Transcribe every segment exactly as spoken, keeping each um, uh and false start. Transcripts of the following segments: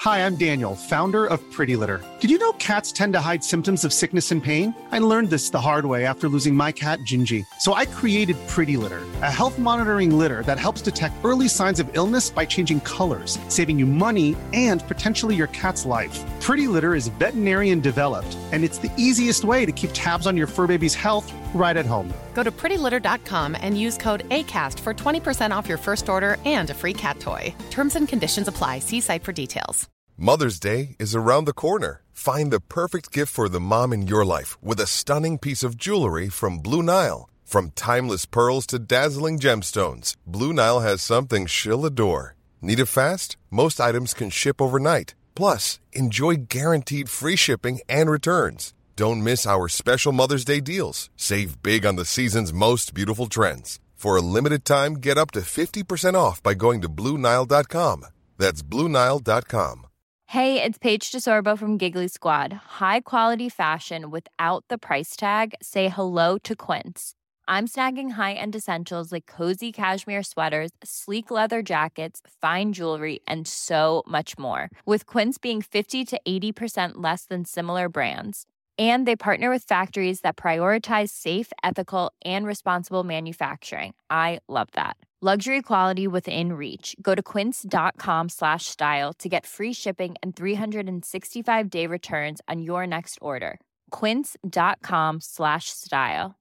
Hi, I'm Daniel, founder of Pretty Litter. Did you know cats tend to hide symptoms of sickness and pain? I learned this the hard way after losing my cat, Gingy. So I created Pretty Litter, a health monitoring litter that helps detect early signs of illness by changing colors, saving you money and potentially your cat's life. Pretty Litter is veterinarian developed, and it's the easiest way to keep tabs on your fur baby's health right at home. Go to pretty litter dot com and use code ACAST for twenty percent off your first order and a free cat toy. Terms and conditions apply. See site for details. Mother's Day is around the corner. Find the perfect gift for the mom in your life with a stunning piece of jewelry from Blue Nile. From timeless pearls to dazzling gemstones, Blue Nile has something she'll adore. Need it fast? Most items can ship overnight. Plus, enjoy guaranteed free shipping and returns. Don't miss our special Mother's Day deals. Save big on the season's most beautiful trends. For a limited time, get up to fifty percent off by going to blue nile dot com. That's blue nile dot com. Hey, it's Paige DeSorbo from Giggly Squad. High quality fashion without the price tag. Say hello to Quince. I'm snagging high-end essentials like cozy cashmere sweaters, sleek leather jackets, fine jewelry, and so much more. With Quince being fifty to eighty percent less than similar brands. And they partner with factories that prioritize safe, ethical, and responsible manufacturing. I love that. Luxury quality within reach. Go to quince.com slash style to get free shipping and three sixty-five day returns on your next order. Quince.com slash style.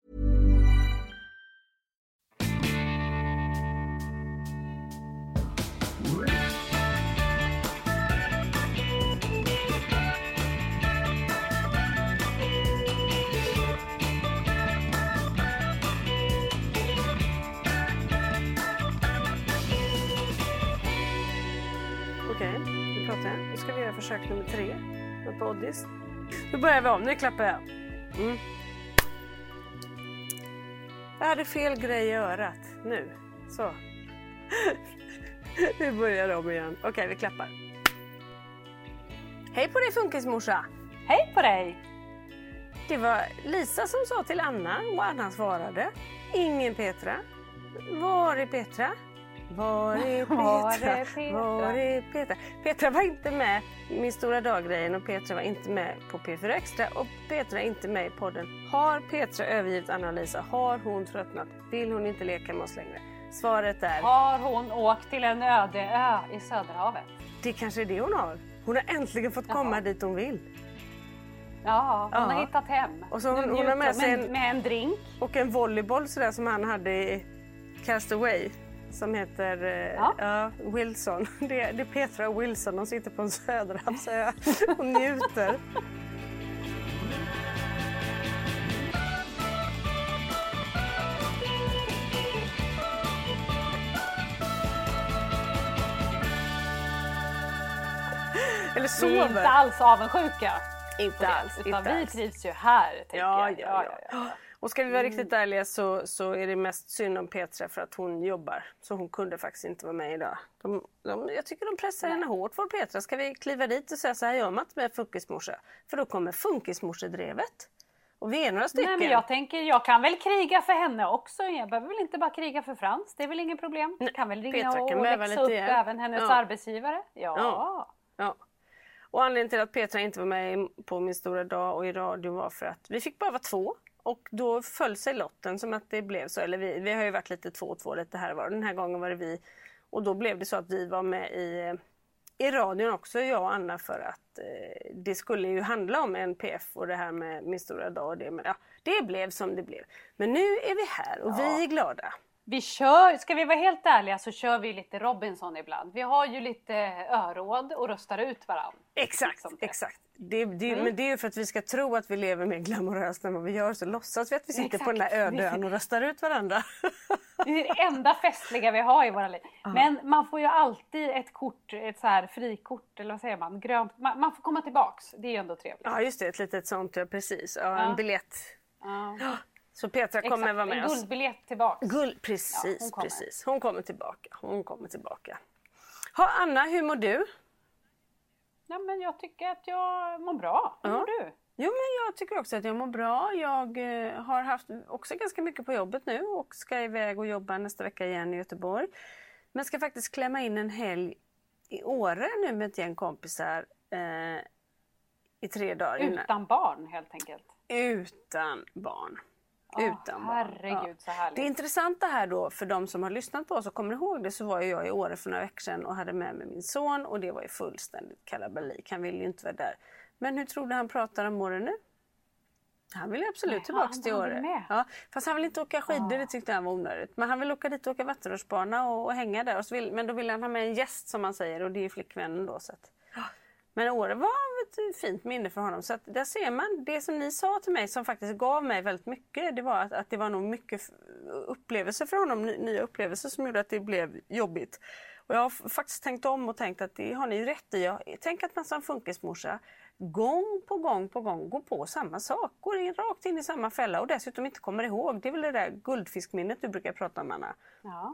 Okej, nu pratar jag. Nu ska vi göra försök nummer tre med Bodys. Nu börjar vi om, nu klappar jag. Mm. Jag hade fel grej i örat. Nu, så. Vi börjar om igen. Okej, vi klappar. Hej på dig funkismorsa. Hej på dig. Det var Lisa som sa till Anna och Anna svarade. Ingen Petra. Var är Petra? Var är Petra? Var är Petra? Var är Petra? Petra var inte med i Min stora dag-grejen och Petra var inte med på P fyra Extra och Petra är inte med i podden. Har Petra övergivit Anna och Lisa? Har hon tröttnat? Vill hon inte leka med oss längre? Svaret är... Har hon åkt till en öde ö i Söderhavet? Det kanske är det hon har. Hon har äntligen fått komma Jaha. dit hon vill. Ja, hon ja. har hittat hem. Och så hon, hon har med sig en, med en drink. Och en volleyboll sådär som han hade i Castaway. Som heter ja. Ja, Wilson. Det är, det är Petra och Wilson. De sitter på en söderhavsö och njuter. Eller sover. Vi är inte alls avundsjuka. Inte alls. Utan inte vi alls. trivs ju här, tänker ja, jag. Ja, ja, ja. Och ska vi vara mm. riktigt ärliga så, så är det mest synd om Petra för att hon jobbar. Så hon kunde faktiskt inte vara med idag. De, de, jag tycker de pressar henne hårt för Petra. Ska vi kliva dit och säga så här gör man inte med funkismorsa? För då kommer funkismorsedrevet. Och vi är några stycken. Nej, men jag tänker, jag kan väl kriga för henne också. Jag behöver väl inte bara kriga för Frans. Det är väl ingen problem. Jag kan väl ringa Petra och kan läxa upp igen. även hennes ja. arbetsgivare. Ja. ja. Ja. Och anledningen till att Petra inte var med på Min stora dag och i radio var för att vi fick bara vara två. Och då föll sig lotten som att det blev så. Eller vi, vi har ju varit lite två och två lite här var. Den här gången var det vi. Och då blev det så att vi var med i, i radion också, jag och Anna. För att eh, det skulle ju handla om N P F och det här med Min stora dag. Och det, men, ja, det blev som det blev. Men nu är vi här och ja. vi är glada. Vi kör, ska vi vara helt ärliga så kör vi lite Robinson ibland. Vi har ju lite öråd och röstar ut varandra. Exakt, exakt. Det, det, mm. Men det är ju för att vi ska tro att vi lever mer glamoröst än vad vi gör. Så låtsas vi att vi sitter exakt. på den där öde ön och röstar ut varandra. Det är det enda festliga vi har i våra liv. Aha. Men man får ju alltid ett kort, ett så här frikort, eller vad säger man? Grönt. Man, man får komma tillbaks, det är ju ändå trevligt. Ja just det, ett litet sånt, ja precis. Ja, en ja. biljett. Ja. Så Petra kommer exakt. vara med oss. En guldbiljett tillbaka. Guld, precis, ja, hon precis. Hon kommer tillbaka. Hon kommer tillbaka. Ha, Anna, hur mår du? Ja, men jag tycker att jag mår bra. Hur ja. mår du? Jo, men jag tycker också att jag mår bra. Jag eh, har haft också ganska mycket på jobbet nu och ska iväg och jobba nästa vecka igen i Göteborg. Men ska faktiskt klämma in en helg i Åre nu med ett gäng kompisar eh, i tre dagar. Utan innan. barn helt enkelt? Utan barn. Oh, Utan herregud, barn. Ja. Så härligt. Det intressanta här då, för de som har lyssnat på oss och kommer ihåg det, så var jag i Åre för några veckor sedan och hade med mig min son och det var ju fullständigt kalabalik. Han ville ju inte vara där. Men hur tror du han pratar om Åre nu? Han vill absolut Nej, tillbaka han, till Åre. Ja, fast han vill inte åka skidor, oh. det tyckte han var onödigt. Men han vill åka dit och åka vattenrutschbana och, och hänga där. Och så vill, men då vill han ha med en gäst som man säger och det är flickvännen då. Så att. Men Åre var ett fint minne för honom. Så att där ser man, det som ni sa till mig som faktiskt gav mig väldigt mycket. Det var att, att det var nog mycket upplevelser för honom, nya upplevelser som gjorde att det blev jobbigt. Och jag har faktiskt tänkt om och tänkt att det har ni ju rätt i. Jag tänker att man som funkismorsa gång på gång på gång går på samma sak. Går in, rakt in i samma fälla och dessutom inte kommer ihåg. Det är väl det där guldfiskminnet du brukar prata om, Anna. Ja.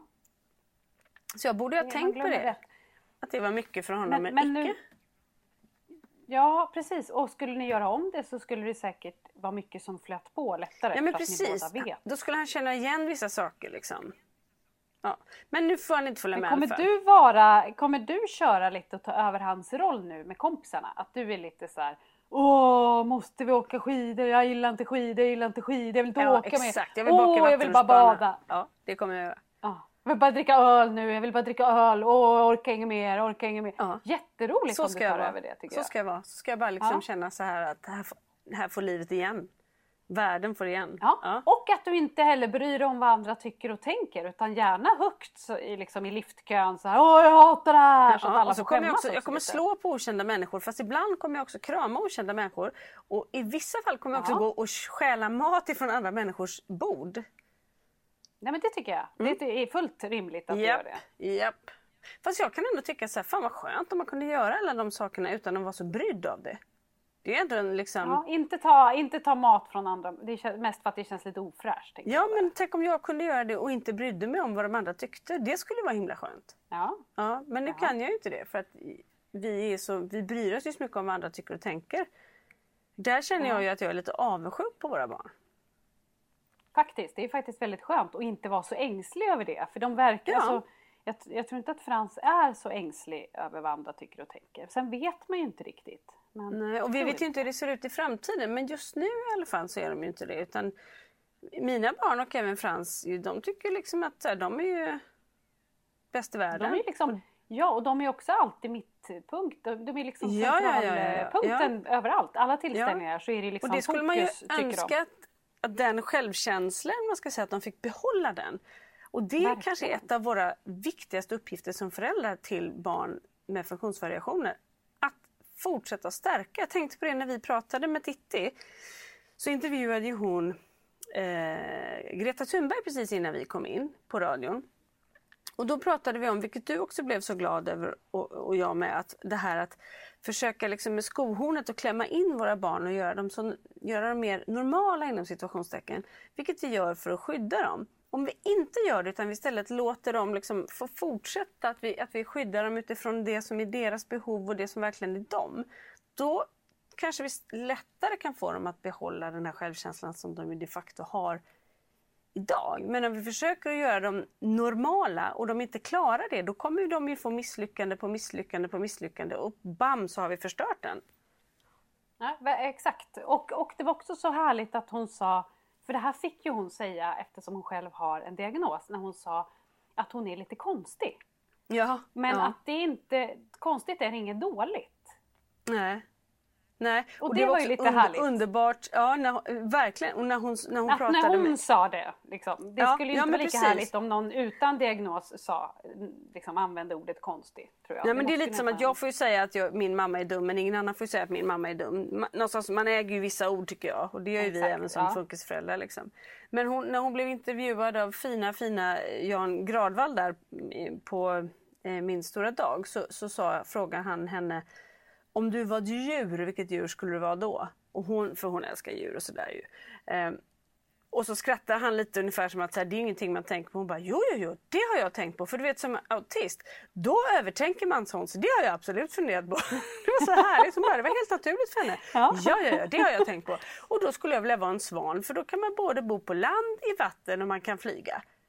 Så jag borde ha tänkt på det. Rätt. Att det var mycket för honom, men, men, men icke. Nu... Ja, precis. Och skulle ni göra om det så skulle det säkert vara mycket som flöt på lättare. Ja, men precis. Då skulle han känna igen vissa saker liksom. Ja. Men nu får han inte följa med. Kommer du vara, kommer du köra lite och ta över hans roll nu med kompisarna? Att du är lite så här: åh, måste vi åka skidor? Jag gillar inte skidor, jag gillar inte skidor. Jag vill inte ja, åka med. Exakt. Jag vill bara åka åh, jag vill bara bada. Ja, det kommer jag göra. Ja. Jag vill bara dricka öl nu, jag vill bara dricka öl. Åh, orkar inget mer, orkar inget mer. Ja. Jätteroligt så om du tar över det, tycker så jag. Så ska jag vara. Så ska jag bara liksom ja. känna så här att här får, här får livet igen. Världen får igen. Ja. Ja. Och att du inte heller bryr dig om vad andra tycker och tänker. Utan gärna högt så, liksom i liftkön. Så här, åh, jag hatar det här. Så ja, att alla och så får kommer jag, också, också, jag kommer lite. slå på okända människor. Fast ibland kommer jag också krama okända människor. Och i vissa fall kommer jag också ja. gå och stjäla mat ifrån andra människors bord. Nej, men det tycker jag. Mm. Det är fullt rimligt att japp, du gör det. Japp. Fast jag kan ändå tycka så här, fan vad skönt om man kunde göra alla de sakerna utan att vara så brydd av det. Det är ändå en liksom... Ja, inte ta, inte ta mat från andra. Det är mest för att det känns lite ofräscht. Ja, men tänk om jag kunde göra det och inte brydde mig om vad de andra tyckte. Det skulle vara himla skönt. Ja. Ja, men nu ja. kan jag ju inte det. För att vi, är så, vi bryr oss ju så mycket om vad andra tycker och tänker. Där känner ja. jag ju att jag är lite avundsjuk på våra barn. Faktiskt, det är faktiskt väldigt skönt att inte vara så ängslig över det. För de verkar ja. så... Jag, jag tror inte att Frans är så ängslig över vad andra tycker och tänker. Sen vet man ju inte riktigt. Men nej, och vi vet ju inte hur det ser ut i framtiden. Men just nu i alla fall så är de ju inte det. Utan mina barn och även Frans, de tycker liksom att de är ju bäst i världen. De är liksom, ja, och de är också alltid mittpunkt. De, de är liksom ja, ja, ja, ja, ja. punkten ja. överallt. Alla tillställningar ja. så är det liksom och det skulle fokus, man ju tycker önska de. Att, att den självkänslan, man ska säga att de fick behålla den. Och det Verkligen. är kanske ett av våra viktigaste uppgifter som föräldrar till barn med funktionsvariationer. Att fortsätta stärka. Jag tänkte på det när vi pratade med Titti. Så intervjuade ju hon eh, Greta Thunberg precis innan vi kom in på radion. Och då pratade vi om, vilket du också blev så glad över och, och jag med, att det här att försöka liksom med skohornet och klämma in våra barn och göra dem, så, göra dem mer normala inom situationstecken. Vilket vi gör för att skydda dem. Om vi inte gör det utan vi istället låter dem liksom få fortsätta, att vi, att vi skyddar dem utifrån det som är deras behov och det som verkligen är dem. Då kanske vi lättare kan få dem att behålla den här självkänslan som de de facto har idag. Men om vi försöker att göra dem normala och de inte klarar det, då kommer de ju få misslyckande på misslyckande på misslyckande och bam så har vi förstört den. Ja, exakt. Och, och det var också så härligt att hon sa, för det här fick ju hon säga eftersom hon själv har en diagnos, när hon sa att hon är lite konstig. Ja, men ja. att det inte, konstigt är inget dåligt. Nej. Nej. Och, och det, det var var ju lite under, härligt. Underbart, ja när, verkligen. Och när hon, när hon att pratade när hon med... sa det, liksom, det ja, skulle ju ja, inte vara lika precis. härligt om någon utan diagnos sa, liksom, använde ordet konstig, tror jag. Ja, men det är måste lite som nästan... att jag får ju säga att jag, min mamma är dum, men ingen annan får ju säga att min mamma är dum. Någonstans, man äger ju vissa ord tycker jag, och det gör ju Exakt, vi även som ja. funkisföräldrar. Liksom. Men hon, när hon blev intervjuad av fina, fina Jan Gradvall där på eh, Min stora dag, så, så sa, frågade han henne, om du var ett djur, vilket djur skulle du vara då? Och hon, för hon älskar djur och sådär ju. Ehm, och så skrattar han lite ungefär som att så här, det är ingenting man tänker på. Hon bara, jo, jo, jo, det har jag tänkt på. För du vet, som autist, då övertänker man sånt. Så det har jag absolut funderat på. Det var så härligt. Som bara, det var helt naturligt för henne. Ja. ja, ja, ja, det har jag tänkt på. Och då skulle jag vilja vara en svan. För då kan man både bo på land, i vatten och man kan flyga. Då har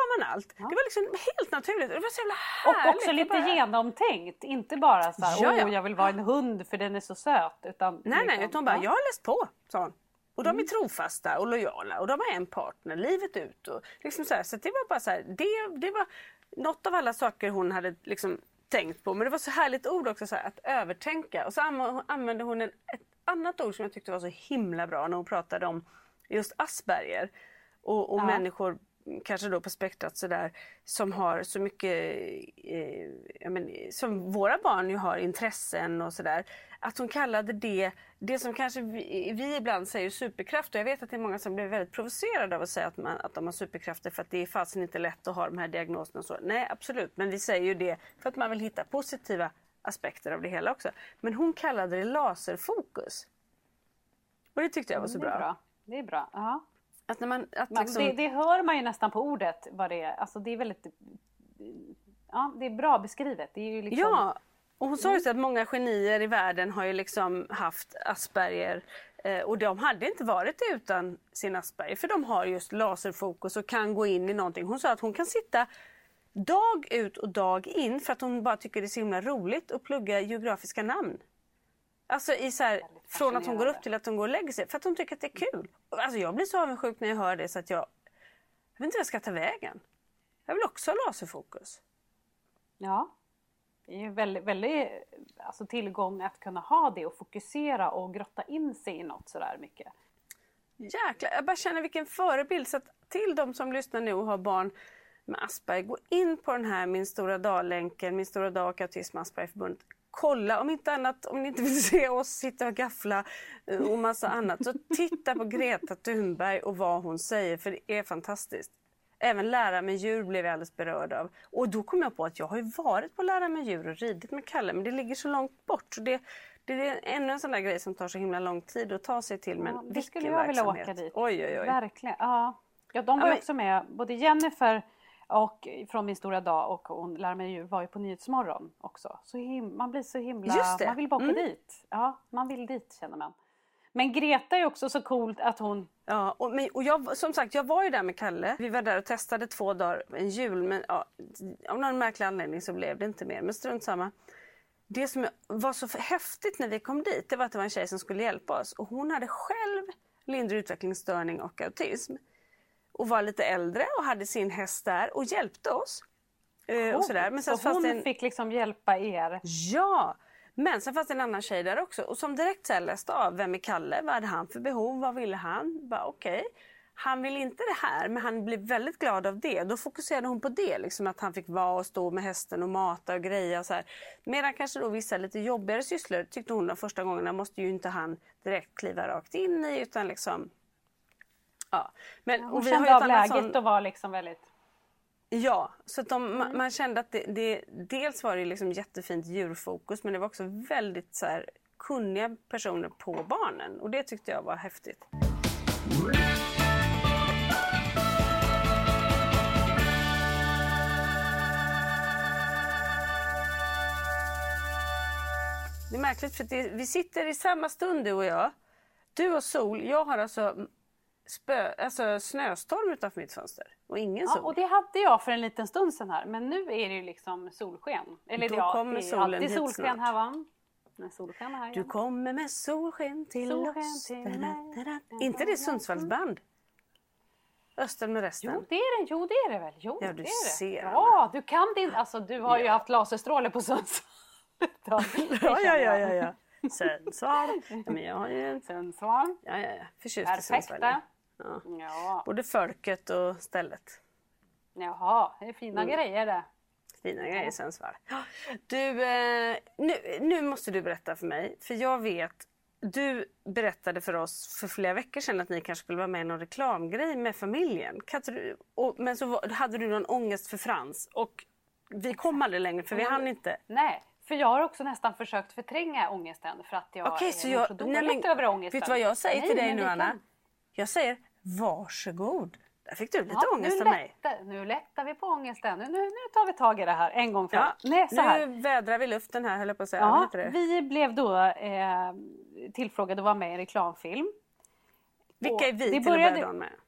man allt. Ja. Det var liksom helt naturligt. Det var så jävla härligt. Och också lite bara... genomtänkt. Inte bara så här, ja, ja. åh jag vill vara en hund för den är så söt. Utan nej, liksom, nej, utan bara, ja. jag har läst på, sa hon. Och de är trofasta och lojala och de har en partner livet ut. Och liksom så här, så det var bara så här, det, det var något av alla saker hon hade liksom tänkt på. Men det var så härligt ord också, så här, att övertänka. Och så använde hon en, ett annat ord som jag tyckte var så himla bra när hon pratade om just Asperger. Och, och ja. människor, kanske då på spektrat sådär, som har så mycket, eh, jag men, som våra barn ju har intressen och sådär. Att hon kallade det, det som kanske vi, vi ibland säger superkraft. Och jag vet att det är många som blir väldigt provocerade av att säga att, man, att de har superkrafter för att det är fasen inte lätt att ha de här diagnoserna och så. Nej, absolut. Men vi säger ju det för att man vill hitta positiva aspekter av det hela också. Men hon kallade det laserfokus. Och det tyckte jag var så det är bra. bra. Det är bra, ja. Att när man, att man, liksom... det, det hör man ju nästan på ordet vad det är. Alltså det är väldigt, ja, det är bra beskrivet. Det är ju liksom... Ja, och hon sa ju så att många genier i världen har ju liksom haft Asperger. Eh, och de hade inte varit det utan sin Asperger. För de har just laserfokus och kan gå in i någonting. Hon sa att hon kan sitta dag ut och dag in för att hon bara tycker det är så himla roligt att plugga geografiska namn. Alltså i så här, från att hon går upp till att hon går och lägger sig. För att hon tycker att det är kul. Alltså jag blir så avundsjuk när jag hör det så att jag... Jag vet inte vad jag ska ta vägen. Jag vill också ha laserfokus. Ja. Det är ju väldigt, väldigt alltså tillgång att kunna ha det och fokusera och grotta in sig i något sådär mycket. Jäklar, jag bara känner vilken förebild. Så att till de som lyssnar nu och har barn med Asperger, gå in på den här Min stora dag-länken, Min stora dag och Autism Aspergerförbundet. Kolla, om inte annat, om ni inte vill se oss sitta och gaffla och massa annat, så titta på Greta Thunberg och vad hon säger, för det är fantastiskt. Även Lära med djur blev jag alldeles berörd av. Och då kom jag på att jag har ju varit på Lära med djur och ridit med Kalle, men det ligger så långt bort. Så det, det är ännu en sån där grej som tar så himla lång tid att ta sig till, men ja, det skulle jag vilja åka dit. Oj, oj, oj. Verkligen, ja. Ja, de var ja, men... också med, både Jennifer och från Min stora dag och hon Lära mig djur var ju på Nyhetsmorgon också. Så him- man blir så himla, man vill bara åka mm. dit. Ja, man vill dit känner man. Men Greta är också så coolt att hon... Ja, och, men, och jag, som sagt, jag var ju där med Kalle. Vi var där och testade två dagar en jul. Men ja, av någon märklig anledning så blev det inte mer. Men strunt samma. Det som var så häftigt när vi kom dit, det var att det var en tjej som skulle hjälpa oss. Och hon hade själv lindrig utvecklingsstörning och autism. Och var lite äldre och hade sin häst där och hjälpte oss. Oh, och sådär. Men sen så hon en... fick liksom hjälpa er? Ja! Men sen fanns det en annan tjej där också. Och som direkt så här läste av, vem är Kalle? Vad hade han för behov? Vad ville han? Bara okej. Okay. Han vill inte det här, men han blev väldigt glad av det. Då fokuserade hon på det. Liksom att han fick vara och stå med hästen och mata och greja och så här. Medan kanske då vissa lite jobbigare sysslor, tyckte hon de första gångerna, måste ju inte han direkt kliva rakt in i. Utan liksom... Ja. Men, ja, hon och vi kände av läget sån... och var liksom väldigt... Ja, så att de, mm. man kände att det, det, dels var det liksom jättefint djurfokus, men det var också väldigt så här, kunniga personer på barnen. Och det tyckte jag var häftigt. Det är märkligt för det, vi sitter i samma stund du och jag. Du och Sol, jag har alltså... Spö, alltså snöstorm utanför mitt fönster och ingen sol. Ja, och det hade jag för en liten stund sedan här, men nu är det ju liksom solsken. Eller då ja, kommer det är solen alltid hit solsken snart. här va? När solsken är här. Du kommer med solsken till solsken oss. Till mig. Inte det Sundsvallsband? Östen med resten. Jo, det är det, jo, det är det väl. Jo, ja, du det är det. ser. Ja, du kan din, alltså du har ja. ju haft laserstråle på Sundsvall. ja, ja, ja, ja, ja. Sundsvall. Ja, men jag har ju... Sundsvall. Ja, ja, ja. Förtjust i Sundsvall. Ja. Ja. Både folket och stället. Jaha, det är fina mm. grejer det. Fina grejer i Sundsvall. Du, eh, nu, nu måste du berätta för mig. För jag vet, du berättade för oss för flera veckor sedan att ni kanske skulle vara med i någon reklamgrej med familjen. Du, och, men så var, hade du någon ångest för Frans. Och vi kom aldrig längre för vi hann inte. Nej. För jag har också nästan försökt förtränga ångesten för att jag okay, är så jag, så dåligt nej, men, över ångesten. Vet du vad jag säger nej, till dig nu kan... Anna? Jag säger varsågod. Där fick du lite ja, ångest av mig. Lättar, nu lättar vi på ångesten. Nu, nu, nu tar vi tag i det här en gång för ja, nej, så här. Nu vädrar vi luften här, höll jag på att säga. Ja, vi blev då eh, tillfrågade att vara med i en reklamfilm. Vilka är vi till började... att börja med?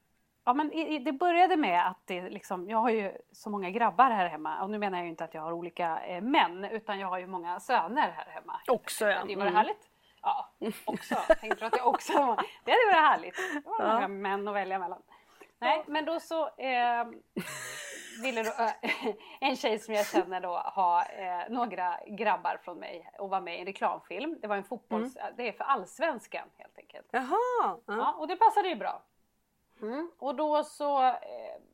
Ja, men det började med att det liksom, jag har ju så många grabbar här hemma. Och nu menar jag ju inte att jag har olika eh, män, utan jag har ju många söner här hemma. Också, ja. Det var mm. härligt. Ja, också. Tänkte att jag också var, det hade varit härligt. Det var ja. många män att välja mellan. Nej, men då så eh, ville då, äh, en tjej som jag känner då ha eh, några grabbar från mig och vara med i en reklamfilm. Det var en fotbolls... Mm. Det är för Allsvenskan helt enkelt. Jaha! Ja. Ja, och det passade ju bra. Mm. Och då så eh,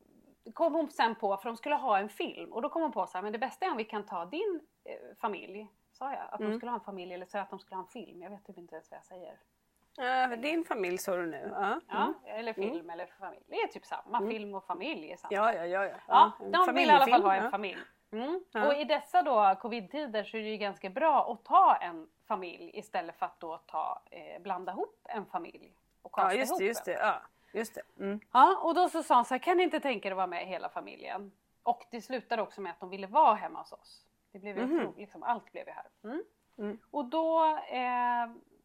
kom hon sen på, för de skulle ha en film. Och då kom hon på så här, men det bästa är om vi kan ta din eh, familj. Sa jag att mm. de skulle ha en familj eller så att de skulle ha en film. Jag vet typ inte ens vad jag säger. Ja, din familj sa du nu. Ja, mm. ja eller film mm. eller familj. Det är typ samma. Mm. Film och familj är samma. Ja, ja, ja. ja. ja de vill i alla fall ha en ja. familj. Mm. Ja. Och i dessa då covid-tider så är det ju ganska bra att ta en familj istället för att då ta, eh, blanda ihop en familj. Och ja, just det, just det. Ja. Just det. Mm. Ja, och då så sa hon så här, kan ni inte tänka er att vara med hela familjen? Och det slutade också med att de ville vara hemma hos oss. Det blev mm. ju liksom, allt blev ju här. Mm. Mm. Och då eh,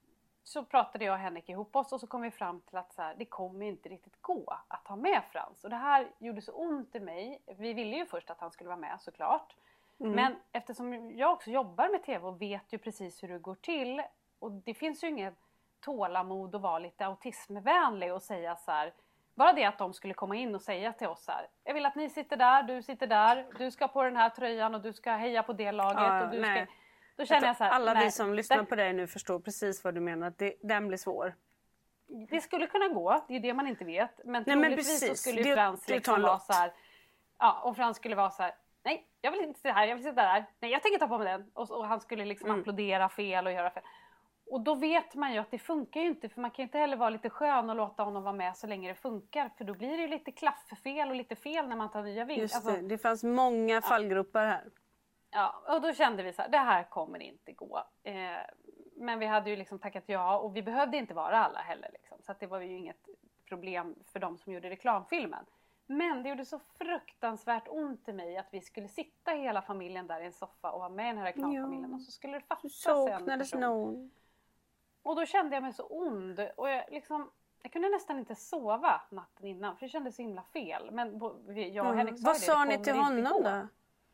så pratade jag och Henrik ihop oss och så kom vi fram till att så här, det kommer inte riktigt gå att ha med Frans. Och det här gjorde så ont i mig. Vi ville ju först att han skulle vara med såklart. Mm. Men eftersom jag också jobbar med tv och vet ju precis hur det går till. Och det finns ju inget tålamod och vara lite autismvänlig och säga så här. Bara det att de skulle komma in och säga till oss så här. Jag vill att ni sitter där, du sitter där. Du ska på den här tröjan och du ska heja på det laget. Ja, och du nej. ska... Då känner jag, jag så här, alla nej, vi som lyssnar det... på dig nu förstår precis vad du menar. Att det, den blir svår. Det skulle kunna gå, det är det man inte vet. Men nej, men troligtvis precis. så skulle ju det, Frans det liksom vara så här. Ja, och Frans skulle vara så här. Nej, jag vill inte sitta här, jag vill sitta där. Nej, jag tänker ta på mig den. Och, och han skulle liksom mm. applådera fel och göra fel. Och då vet man ju att det funkar ju inte. För man kan ju inte heller vara lite skön och låta honom vara med så länge det funkar. För då blir det ju lite klafffel och lite fel när man tar nya vingar. Just alltså, det, det fanns många fallgropar här. Ja, och då kände vi så här, det här kommer inte gå. Eh, men vi hade ju liksom tackat ja och vi behövde inte vara alla heller. Liksom. Så att det var ju inget problem för de som gjorde reklamfilmen. Men det gjorde så fruktansvärt ont i mig att vi skulle sitta hela familjen där i en soffa och vara med i den här reklamfamiljen. Ja. Och så skulle det fattas en person. Någon. Och då kände jag mig så ond. Och jag, liksom, jag kunde nästan inte sova natten innan för det kändes så himla fel. Men jag och Henrik sa Vad det, sa det ni till honom då?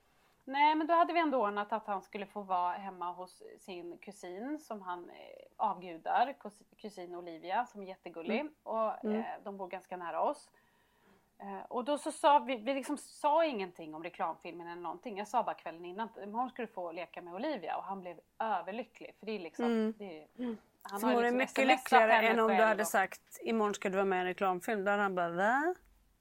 Nej, men då hade vi ändå ordnat att han skulle få vara hemma hos sin kusin som han eh, avgudar. Kus, kusin Olivia som är jättegullig. Mm. Och eh, de bor ganska nära oss. Eh, och då så sa vi, vi liksom sa ingenting om reklamfilmen eller någonting. Jag sa bara kvällen innan, imorgon ska du få leka med Olivia. Och han blev överlycklig. För det är liksom... Mm. Det är, han har liksom mycket lyckligare än om du hade sagt imorgon ska du vara med i en reklamfilm. Då hade han bara, va?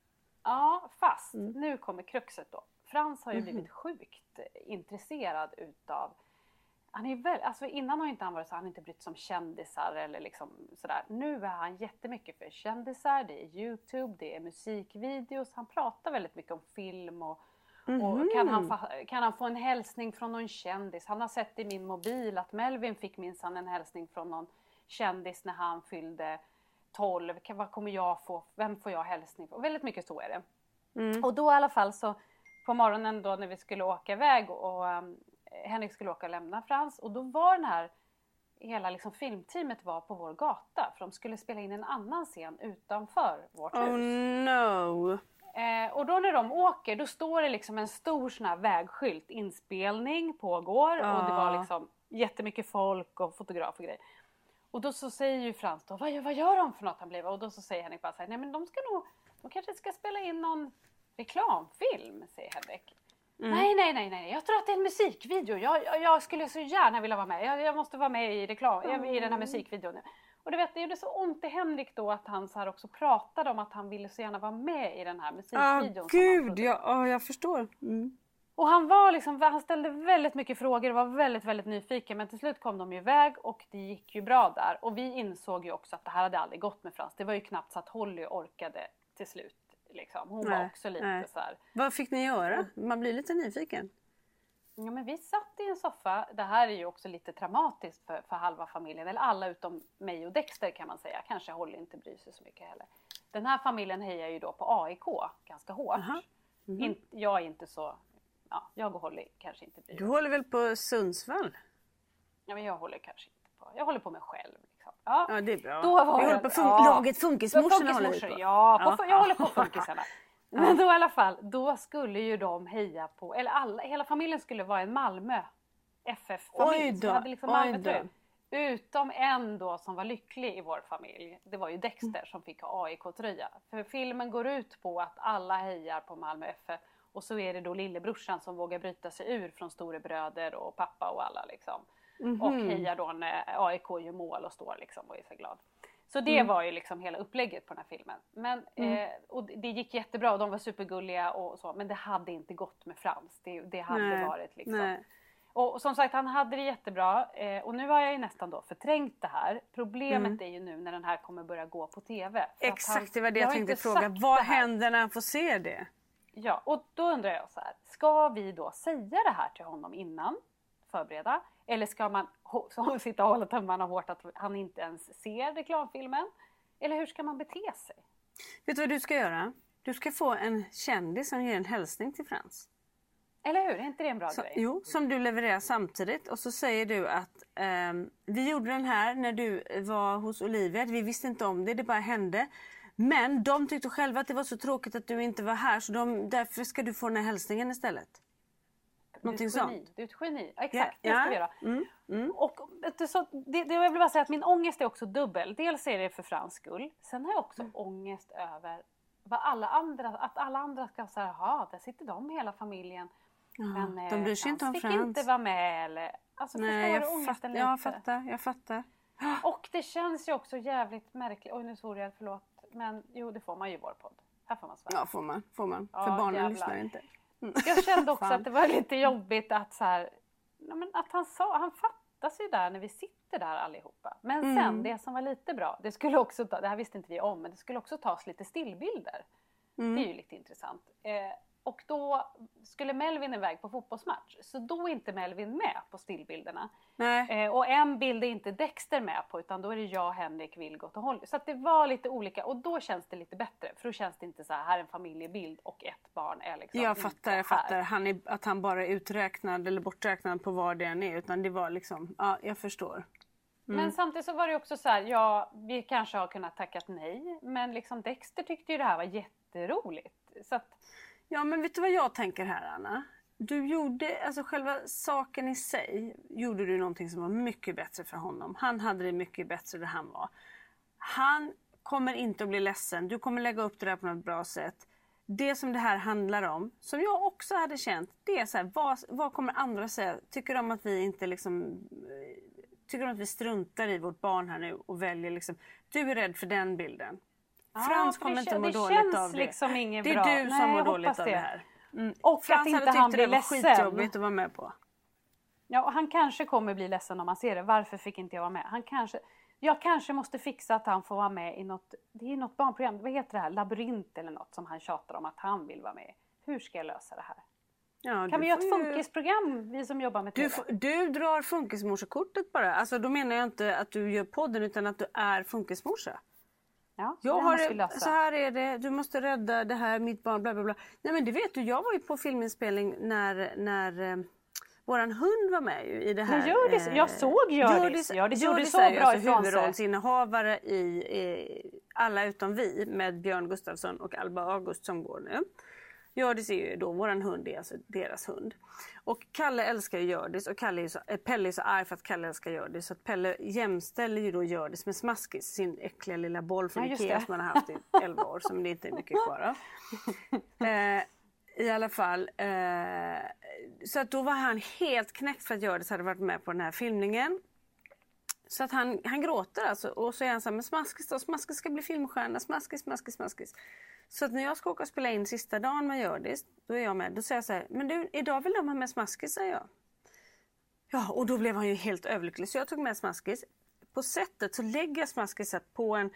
Ja, fast mm. nu kommer kruxet då. Frans har ju blivit mm. sjukt intresserad utav, han är väl, alltså innan har inte han varit så, han har inte brytt sig om kändisar eller liksom sådär. Nu är han jättemycket för kändisar, det är YouTube, det är musikvideos, han pratar väldigt mycket om film och, mm. och kan, han fa, kan han få en hälsning från någon kändis. Han har sett i min mobil att Melvin fick minsann en hälsning från någon kändis när han fyllde tolv. Vad kommer jag få, vem får jag hälsning på? Väldigt mycket så är det. Mm. Och då i alla fall så på morgonen då när vi skulle åka iväg och um, Henrik skulle åka och lämna Frans. Och då var den här, hela liksom filmteamet var på vår gata. För de skulle spela in en annan scen utanför vårt oh, hus. Oh no! Eh, och då när de åker, då står det liksom en stor sån här vägskylt. Inspelning pågår ah. och det var liksom jättemycket folk och fotograf och grejer. Och då så säger ju Frans då, vad gör, vad gör de för något han blev? Och då så säger Henrik bara så här, nej men de ska nog, de kanske ska spela in någon reklamfilm, säger Henrik. Mm. Nej, nej, nej, nej. Jag tror att det är en musikvideo. Jag, jag, jag skulle så gärna vilja vara med. Jag, jag måste vara med i reklam, mm. i den här musikvideon nu. Och du vet, det gjorde så ont i Henrik då att han så här också pratade om att han ville så gärna vara med i den här musikvideon. Åh, gud, ja, oh, jag förstår. Mm. Och han var liksom, han ställde väldigt mycket frågor och var väldigt, väldigt nyfiken. Men till slut kom de ju iväg och det gick ju bra där. Och vi insåg ju också att det här hade aldrig gått med Frans. Det var ju knappt så att Holly orkade till slut. Liksom. Hon nej, var också lite nej. så här. Vad fick ni göra? Man blir lite nyfiken. Ja, men vi satt i en soffa. Det här är ju också lite traumatiskt för, för halva familjen. Eller alla utom mig och Dexter kan man säga. Kanske Holly inte bryr sig så mycket heller. Den här familjen hejar ju då på A I K ganska hårt. Uh-huh. Mm-hmm. In, jag är inte så... Ja, jag och Holly kanske inte bryr Du håller väl på Sundsvall? Ja, men jag håller kanske inte på... Jag håller på mig själv. Liksom. Ja, ja det är bra. Då var vi håller på fun- ja. laget funkismorsorna håller vi på. Ja, på, ja, jag håller på funkisarna. Men då i alla fall, då skulle ju de heja på, eller alla, hela familjen skulle vara en Malmö F F-familj. Oj då, så hade liksom Malmö utom en då som var lycklig i vår familj. Det var ju Dexter som fick ha A I K-tröja. För filmen går ut på att alla hejar på Malmö F F. Och så är det då lillebrorsan som vågar bryta sig ur från storebröder och pappa och alla liksom. Mm-hmm. Och hejar då när A I K gör mål och står liksom och är så glad. Så det mm. var ju liksom hela upplägget på den här filmen. Men, mm. eh, och det gick jättebra och de var supergulliga och så. Men det hade inte gått med Frans. Det, det hade Nej. varit liksom. Nej. Och som sagt, han hade det jättebra. Eh, och nu har jag ju nästan då förträngt det här. Problemet mm. är ju nu när den här kommer börja gå på tv. Exakt, det var det jag tänkte fråga. Vad händer när han får se det? Ja, och då undrar jag så här. Ska vi då säga det här till honom innan? Förbereda? Eller ska man så, sitta och hålla tummarna hårt att han inte ens ser reklamfilmen? Eller hur ska man bete sig? Vet du vad du ska göra? Du ska få en kändis som ger en hälsning till Frans. Eller hur? Är inte det en bra så, grej? Jo, som du levererar samtidigt. Och så säger du att um, vi gjorde den här när du var hos Olivia. Vi visste inte om det, det bara hände. Men de tyckte själva att det var så tråkigt att du inte var här. Så de, därför ska du få den här hälsningen istället. Någonting sånt. Du är ett geni. Ja, exakt, ja, det ska vi göra. Mm, mm. Och så, det, det, jag vill bara säga att min ångest är också dubbel. Dels är det för Frans skull. Sen har jag också mm. ångest över vad alla andra, att alla andra ska säga, ja, där sitter de hela familjen. Ja, men de bryr sig inte om fick Frans. inte vara med. Eller, alltså, Nej, jag, du fatt, jag fattar, jag fattar. Och det känns ju också jävligt märkligt. Oj, nu svor jag, förlåt. Men jo, det får man ju i vår podd. Här får man svära. Ja, får man. Får man. Ja, för barnen jävlar. lyssnar inte. Mm. Jag kände också att det var lite jobbigt att så här, men att han sa, han fattas ju där när vi sitter där allihopa. Men sen, mm. det som var lite bra, det skulle också ta, det här visste inte vi om, men det skulle också tas lite stillbilder. Mm. Det är ju lite intressant. Eh, och då skulle Melvin iväg på fotbollsmatch. Så då är inte Melvin med på stillbilderna. Nej. Eh, och en bild är inte Dexter med på, utan då är det jag, Henrik, Vilgot och Holly. Så att det var lite olika, och då känns det lite bättre. För då känns det inte så här, här är en familjebild och ett barn är liksom Jag fattar, jag fattar. Han är, att han bara är uträknad eller borträknad på var det än är. Utan det var liksom, ja, jag förstår. Mm. Men samtidigt så var det också så här, ja, vi kanske har kunnat tackat nej. Men liksom Dexter tyckte ju det här var jätteroligt. Så att... Ja, men vet du vad jag tänker här, Anna? Du gjorde, alltså själva saken i sig, gjorde du någonting som var mycket bättre för honom. Han hade det mycket bättre där han var. Han kommer inte att bli ledsen. Du kommer lägga upp det där på något bra sätt. Det som det här handlar om, som jag också hade känt, det är så här, vad, vad kommer andra säga? Tycker de att vi inte liksom, tycker de att vi struntar i vårt barn här nu och väljer liksom, du är rädd för den bilden. Frans ja, kommer inte att må det dåligt av det. Liksom ingen det är bra. du som Nej, mår dåligt det. av det här. Mm. Och Frans att inte hade han tyckte blir det var ledsen. skitjobbigt att vara med på. Ja, och han kanske kommer bli ledsen om man ser det. Varför fick inte jag vara med? Han kanske, jag kanske måste fixa att han får vara med i något, det är något barnprogram. Vad heter det här? Labyrint eller något som han tjatar om att han vill vara med. Hur ska jag lösa det här? Ja, kan vi göra ett funkisprogram, vi som jobbar med T V? Du, du drar funkismorsekortet bara. Alltså då menar jag inte att du gör podden utan att du är funkismorsa. Ja, jag har, så här är det, du måste rädda det här, mitt barn, bla bla bla. Nej men det vet du, jag var ju på filminspelning när, när eh, våran hund var med ju, i det här. Gör det, jag såg Gördis, Gördis gjorde så bra alltså ifrån sig. Huvudrollsinnehavare i, i Alla utom vi med Björn Gustafsson och Alba August som går nu. Gördis är ju då, våran hund är alltså deras hund. Och Kalle älskar ju Gördis och Kalle är så, äh, Pelle är så arg för att Kalle älskar Gördis. Så att Pelle jämställer ju då Gördis med Smaskis, sin äckliga lilla boll från ja, Ikea som han har haft i elva år, som det inte är mycket kvar av. eh, I alla fall, eh, så att då var han helt knäckt för att Gördis hade varit med på den här filmningen. Så att han, han gråter alltså, och så är han så här, men Smaskis då, Smaskis ska bli filmstjärna, Smaskis, Smaskis, Smaskis. Så att när jag ska åka och spela in sista dagen med Gördis, då är jag med. Då säger jag så här, men du, idag vill de ha med Smaskis, säger jag. Ja, och då blev han ju helt överlycklig. Så jag tog med Smaskis. På sättet så lägger jag Smaskis på en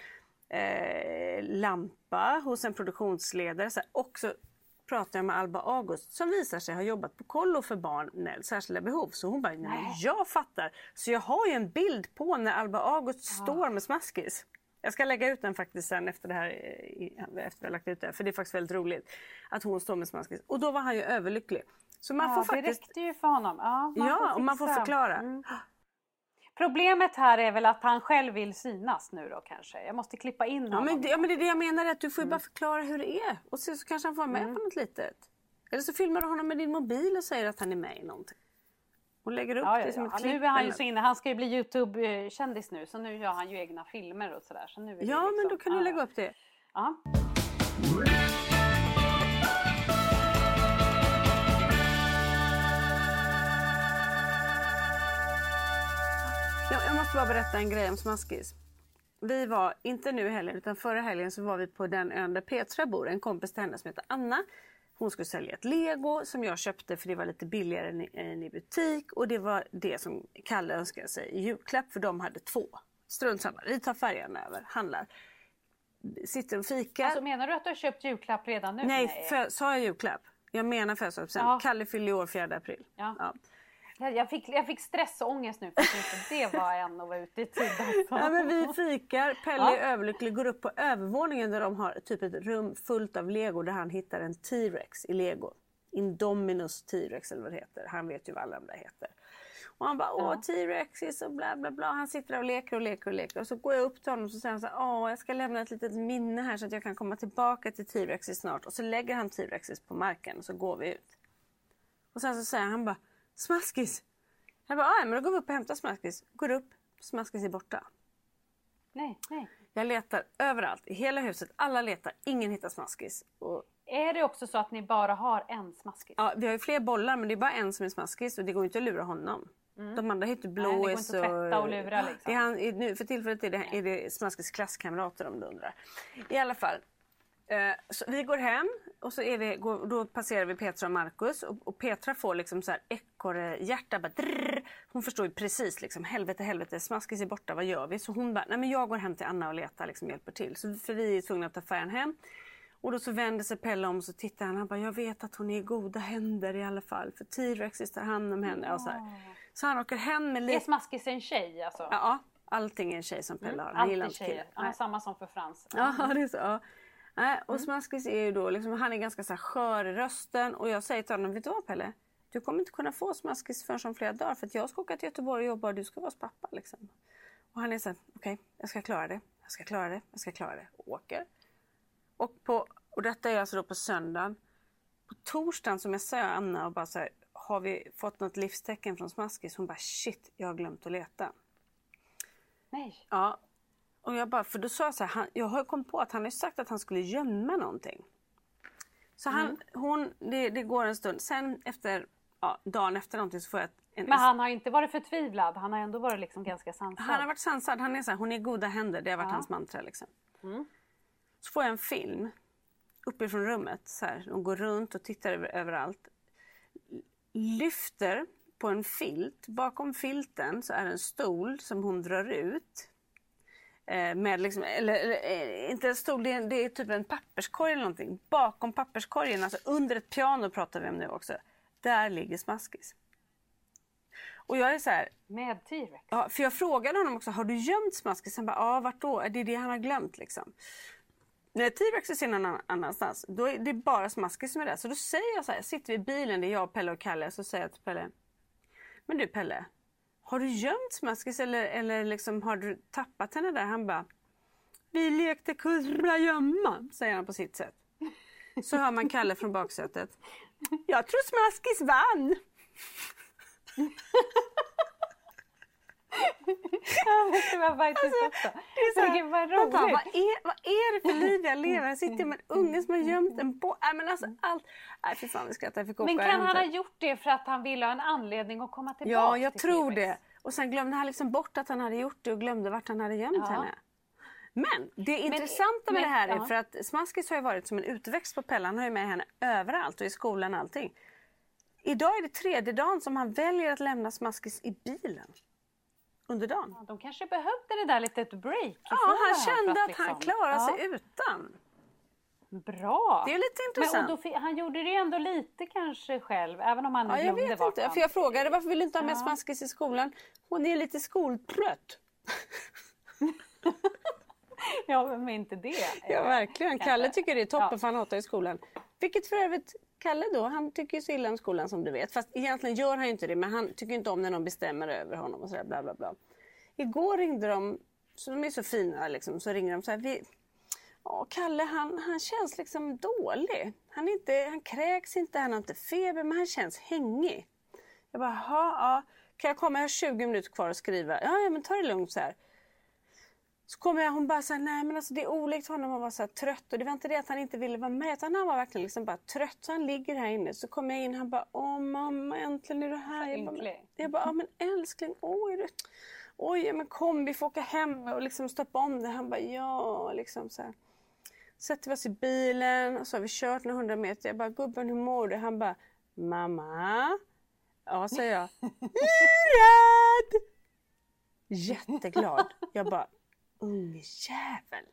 eh, lampa hos en produktionsledare. Så här, och så pratar jag med Alba August som visar sig ha jobbat på kollo för barn med särskilda behov. Så hon bara, nej, jag fattar. Så jag har ju en bild på när Alba August ah. står med Smaskis. Jag ska lägga ut den faktiskt sen efter det här, efter att jag lagt ut det. För det är faktiskt väldigt roligt att hon står med Smaskis. Och då var han ju överlycklig. Så man ja, får faktiskt... det räckte ju för honom. Ja, man ja får och man får förklara. Mm. Problemet här är väl att han själv vill synas nu då kanske. Jag måste klippa in honom. Ja, men det, ja, men det är det jag menar, att du får ju mm. bara förklara hur det är. Och så, så kanske han får vara med mm. på något litet. Eller så filmar du honom med din mobil och säger att han är med i någonting. Och lägger upp ja, det ja, som ja. ett klipp. Nu är han ju så inne, han ska ju bli YouTube-kändis nu. Så nu gör han ju egna filmer och sådär. Så nu är det ja, liksom, men då kan du ja, lägga upp det. Ja. Jag måste bara berätta en grej om Smaskis. Vi var, inte nu heller, utan förra helgen så var vi på den ön där Petra bor. En kompis till henne som heter Anna. Hon skulle sälja ett Lego som jag köpte för det var lite billigare än i, än i butik. Och det var det som Kalle önskade sig i julklapp, för de hade två. Strunt samma, vi tar färjan över, handlar. Sitter och fikar. Alltså menar du att du har köpt julklapp redan nu? Nej, för, sa jag julklapp? Jag menar födelsedagspresent. Kalle fyllde i år fjärde april. Ja. Ja. Jag fick, jag fick stress och ångest nu för att det var en att vara ute i tid. Alltså. Ja, men vi fikar, Pelle ja. är överlycklig, går upp på övervåningen där de har typ ett rum fullt av Lego där han hittar en T-Rex i Lego. Indominus T-Rex eller vad det heter. Han vet ju vad alla andra heter. Och han bara, åh ja. T-Rex är så bla bla bla. Han sitter där och leker och leker och leker. Och så går jag upp till honom och så säger han så här, åh jag ska lämna ett litet minne här så att jag kan komma tillbaka till T-Rex snart. Och så lägger han T-Rex på marken och så går vi ut. Och sen så säger han, han bara, Smaskis. Jag bara, ja men då går vi upp och hämtar Smaskis. Går upp, Smaskis är borta. Nej, nej. Jag letar överallt, i hela huset. Alla letar, ingen hittar Smaskis. Och... Är det också så att ni bara har en Smaskis? Ja, vi har ju fler bollar men det är bara en som är Smaskis. Och det går inte att lura honom. Mm. De andra heter Blås. Nej, det går inte att tvätta och lura liksom. Det är han, nu, för tillfället är det, är det Smaskis klasskamrater om du undrar. I alla fall. Eh, så vi går hem och så är vi, går, då passerar vi Petra och Marcus och, och Petra får liksom så här ekorrhjärta bara drrr. Hon förstår ju precis liksom helvete helvete Smaskis är borta, vad gör vi? Så hon bara, nej men jag går hem till Anna och letar liksom hjälper till. Så för vi är tvungna att ta färjan hem. Och då så vänder sig Pelle om och så tittar han, han bara, jag vet att hon är i goda händer i alla fall för T-Rex tar hand om henne. Ja. Och så, här. Så han åker hem med lite... Är Smaskis en tjej alltså? Ja, allting är en tjej som Pelle har. Mm, han gillar inte killar. Ja, samma som för Frans. Ja, det är så. Ja. Nej, och Smaskis är ju då, liksom, han är ganska så här skör i rösten. Och jag säger till honom, vet du vad Pelle? Du kommer inte kunna få Smaskis förrän om flera dagar. För att jag ska åka till Göteborg och jobba och du ska vara hos pappa. Liksom. Och han är så här, okej, okay, jag ska klara det. Jag ska klara det, jag ska klara det. Och åker. Och, på, och detta är alltså då på söndagen. På torsdagen som jag säger Anna och bara så här, har vi fått något livstecken från Smaskis? Hon bara, shit, jag har glömt att leta. Nej. Ja. Och jag bara, för då sa jag så här, han, jag har kommit på att han har sagt att han skulle gömma någonting. Så han, mm. hon, det, det går en stund. Sen efter, ja, dagen efter någonting så får jag en... Men han har inte varit förtvivlad, han har ändå varit liksom ganska sansad. Han har varit sansad, han är så här, hon är i goda händer, det har varit ja. hans mantra liksom. Mm. Så får jag en film uppifrån rummet, så här, hon går runt och tittar över, överallt. Lyfter på en filt, bakom filten så är det en stol som hon drar ut. Med liksom, eller, eller inte en stol, det är, det är typ en papperskorg eller någonting. Bakom papperskorgen, alltså under ett piano pratar vi om nu också. Där ligger Smaskis. Och jag är så här... Med T-Rex? Ja, för jag frågade honom också, har du gömt Smaskis? Han bara, ja vart då? Det är det han har glömt liksom. När T-Rex är någon annanstans, då är det bara Smaskis som är där. Så då säger jag så här, sitter vi i bilen, det är jag, Pelle och Kalle, så säger jag till Pelle, men du Pelle, har du gömt Smaskis eller, eller liksom, har du tappat henne där? Han bara, vi lekte kurra gömma, säger han på sitt sätt. Så hör man Kalle från baksätet. Jag tror Smaskis vann. Det var faktiskt alltså, också. Det är så här, det var roligt. Bara, vad, är, vad är det för liv jag lever? Jag sitter med en unge som har gömt en på. Nej men alltså allt. Nej för fan vi skrattar. Jag fick åka. Men kan han ha gjort det för att han ville ha en anledning att komma tillbaka? Ja jag till tror T-Rex? det. Och sen glömde han liksom bort att han hade gjort det och glömde vart han hade gömt ja. henne. Men det men, intressanta med men, det här är ja. för att Smaskis har ju varit som en utväxt på Pelle. Han har ju med henne överallt och i skolan och allting. Idag är det tredje dagen som han väljer att lämna Smaskis i bilen. Under dagen. Ja, de kanske behövde det där lite ett break. Ja, han kände att, att liksom, han klarar ja. sig utan. Bra. Det är lite intressant. Men, och då, han gjorde det ändå lite kanske själv, även om han ja, glömde jag vet vart inte, han... för jag frågade varför vill du inte ha med ja. Smaskis i skolan? Hon är lite skoltrött. Ja, men inte det. Ja, verkligen. Kalle tycker det är toppen ja. för han hatar i skolan. Vilket för övrigt Kalle då, han tycker ju så illa om skolan som du vet. Fast egentligen gör han inte det, men han tycker inte om när någon bestämmer över honom och sådär bla bla bla. igår ringde de, så de är så fina liksom, så ringer de så här, vi, ja, Kalle han, han känns liksom dålig. Han, är inte, han kräks inte, han har inte feber, men han känns hängig. Jag bara, ja, kan jag komma, jag har tjugo minuter kvar att skriva. Ja, ja men ta det lugnt så här. Så kommer jag, hon bara så här, nej men alltså det är olikt honom att vara så här trött. Och det var inte det att han inte ville vara med, utan han var verkligen liksom bara trött. Så han ligger här inne. Så kommer jag in, han bara, åh mamma, äntligen är du här. Jag bara, men, jag bara, ja men älskling, oj, är du... oj men kom, vi får åka hem och liksom stoppa om det. Han bara, ja, liksom så här. Sätter vi oss i bilen och så har vi kört några hundra meter. Jag bara, gubben hur mår du? Han bara, mamma. Ja, säger jag. Urad! Jätteglad. Jag bara, ungjävel.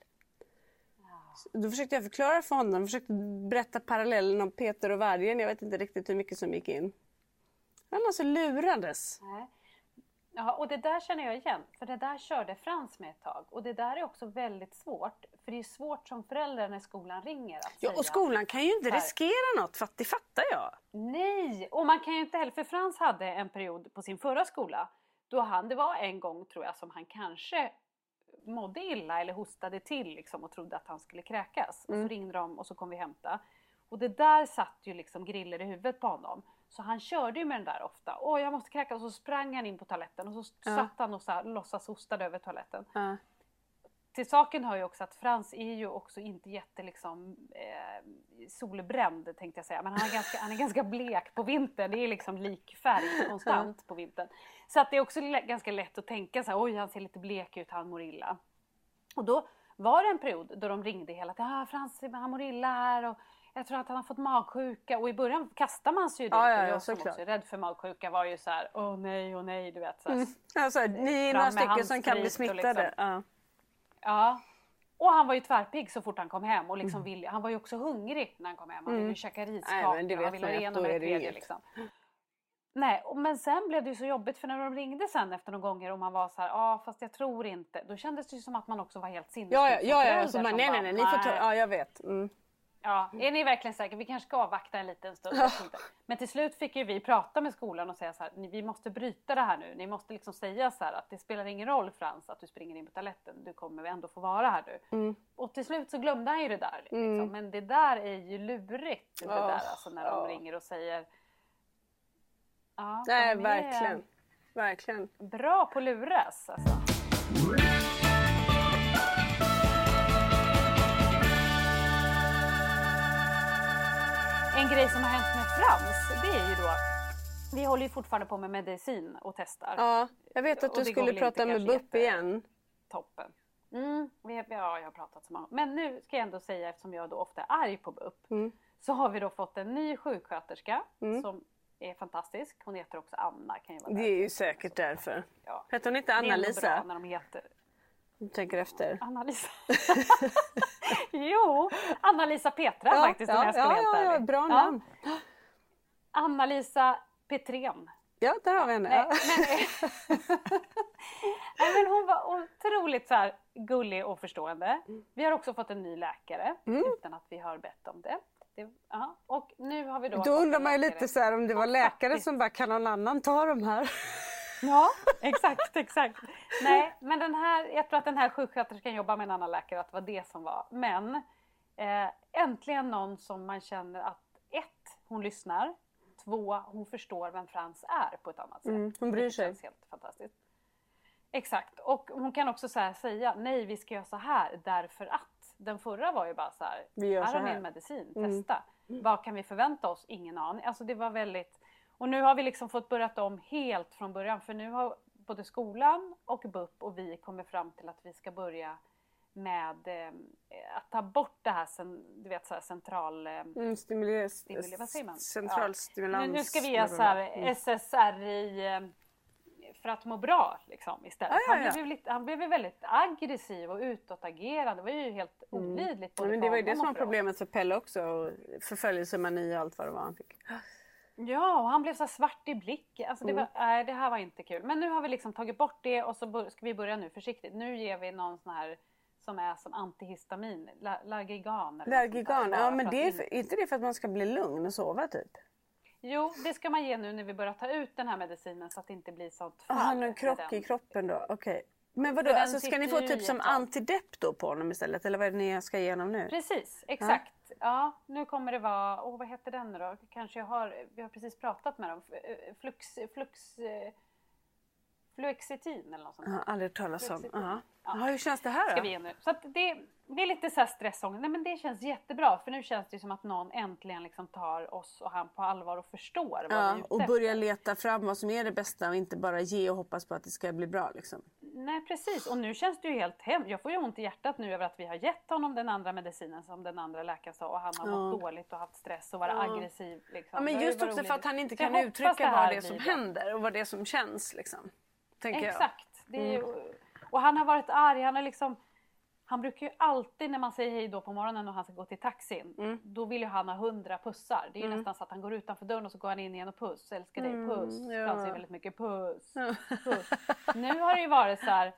Då försökte jag förklara för honom. Försökte berätta parallellen om Peter och vargen. Jag vet inte riktigt hur mycket som gick in. Han alltså lurades. Nej. Ja, och det där känner jag igen. För det där körde Frans med ett tag. Och det där är också väldigt svårt. För det är svårt som förälder när skolan ringer att ja, säga. Och skolan kan ju inte riskera något, för att det fattar jag. Nej, och man kan ju inte heller. För Frans hade en period på sin förra skola. Då han, det var en gång tror jag som han kanske mådde illa eller hostade till liksom, och trodde att han skulle kräkas. Mm. Och så ringde de och så kom vi hämta. Och det där satt ju liksom griller i huvudet på honom. Så han körde ju med den där ofta. Åh, jag måste kräkas. Och så sprang han in på toaletten. Och så ja. satt han och så här, låtsas hostade över toaletten. Ja. Till saken hör ju också att Frans är ju också inte jätte liksom, eh, solbränd tänkte jag säga. Men han är, ganska, han är ganska blek på vintern. Det är liksom likfärg konstant ja. på vintern. Så att det är också l- ganska lätt att tänka så här, oj han ser lite blek ut, han mår illa. Och då var det en period då de ringde hela tiden. Ja, Frans han mår illa här och jag tror att han har fått magsjuka. Och i början kastar man sig ju dit. Ja, ja, ja, jag som också är rädd för magsjuka var ju så här, åh nej, åh nej, du vet. Så här, mm. alltså, ni är några stycken som kan bli smittade. Liksom. Ja. ja. Och han var ju tvärpigg så fort han kom hem. Och liksom mm. ville, han var ju också hungrig när han kom hem. Han ville ju käka riskakor. Han ville ha ren och med det tredje liksom. Nej, men sen blev det ju så jobbigt för när de ringde sen efter några gånger och man var så här, ja ah, fast jag tror inte. Då kändes det ju som att man också var helt sinnessjuk. Ja, ja, ja, ja så man, nej, nej, nej, ni får ta, ja jag vet. Mm. Ja, är ni verkligen säkra? Vi kanske ska avvakta en liten stund. Ja. Men till slut fick ju vi prata med skolan och säga så här, vi måste bryta det här nu. Ni måste liksom säga så här att det spelar ingen roll Frans att du springer in på toaletten. Du kommer ändå få vara här nu. Mm. Och till slut så glömde han ju det där. Liksom. Mm. Men det där är ju lurigt. Det oh, där alltså när de oh. ringer och säger... Ja, nej, verkligen. Verkligen. Bra på luras alltså. En grej som har hänt med Frans, det är ju då vi håller ju fortfarande på med medicin och testar. Ja, jag vet att du skulle prata med B U P igen. Toppen. Mm, ja, jag har pratat så många. Men nu ska jag ändå säga, eftersom jag då ofta är arg på B U P, mm. så har vi då fått en ny sjuksköterska mm. som är fantastisk. Hon heter också Anna. Kan ju vara det är ju säkert därför. Ja. Heter hon inte Anna-Lisa? När de heter... Du tänker efter. Anna-Lisa. jo, Anna-Lisa Petra ja, faktiskt. Ja, om jag ska ja, ja, ja, bra namn. Ja. Anna-Lisa Petrén. Ja, där har vi henne. Nej, men, Nej, men hon var otroligt så här gullig och förstående. Vi har också fått en ny läkare mm. utan att vi har bett om det. det uh-huh. Och nu har vi då... Då undrar man ju lite så här om det var läkare som bara kan någon annan ta de här. Ja, exakt, exakt. Nej, men den här, jag tror att den här sjuksköterskan jobbar med en annan läkare, att det var det som var. Men eh, äntligen någon som man känner att ett, hon lyssnar. Två, hon förstår vem Frans är på ett annat sätt. Mm, hon bryr sig. Det känns helt fantastiskt. Exakt, och hon kan också så här säga, nej vi ska göra så här därför att. Den förra var ju bara så här, vi gör här så har här. Min medicin, testa. Mm. Vad kan vi förvänta oss? Ingen aning. Alltså det var väldigt... Och nu har vi liksom fått börjat om helt från början. För nu har både skolan och B U P och vi kommit fram till att vi ska börja med eh, att ta bort det här, sen, du vet så här central... Eh, mm, stimulera, stimulera, vad säger man? Central ja. stimulans. Nu, nu ska vi göra så här mm. S S R I eh, för att må bra liksom istället. Ah, ja, ja. Han, blev lite, han blev väldigt aggressiv och utåtagerande. Det var ju helt olidligt. Mm. Men det var ju det som var problemet för Pelle också. Och förföljelsemani och allt vad det var han fick. Ja, och han blev så svart i blick. Alltså det, var, mm. nej, det här var inte kul. Men nu har vi liksom tagit bort det och så ska vi börja nu försiktigt. Nu ger vi någon sån här som är som antihistamin. Largigan. Largigan, ja men det är för, inte det för att man ska bli lugn och sova typ? Jo, det ska man ge nu när vi börjar ta ut den här medicinen så att det inte blir sånt fall. Ah, han har en krock i kroppen då, okej. Okay. Men vadå, alltså, ska ni få typ som antidepp då på honom istället? Eller vad är det ni ska ge honom nu? Precis, exakt. Ja, ja nu kommer det vara, åh vad heter den då? Kanske jag har, vi har precis pratat med dem. Flux, flux, fluoxetin eller något sånt. Jag har aldrig talat om. Ja. Ja, hur känns det här då? Ska vi ge nu. Så att det, det är lite så här stressångest. Nej men det känns jättebra. För nu känns det som att någon äntligen liksom tar oss och han på allvar och förstår vad ja, vi är ute och börjar leta fram vad som är det bästa och inte bara ge och hoppas på att det ska bli bra liksom. Nej precis. Och nu känns det ju helt hem. Jag får ju ont i hjärtat nu över att vi har gett honom den andra medicinen som den andra läkaren sa. Och han har ja. mått dåligt och haft stress och varit ja. aggressiv. Liksom. Ja, men just också för att han inte kan uttrycka det vad det är som det. händer och vad det är som känns liksom. Exakt. Det är ju, och han har varit arg. Han har liksom... Han brukar ju alltid när man säger hej då på morgonen och han ska gå till taxin. Mm. Då vill ju han ha hundra pussar. Det är ju mm. nästan så att han går utanför dörren och så går han in igen och puss. Älskar dig, puss. Mm, ja. Frans är väldigt mycket puss. puss. Nu har det ju varit så här.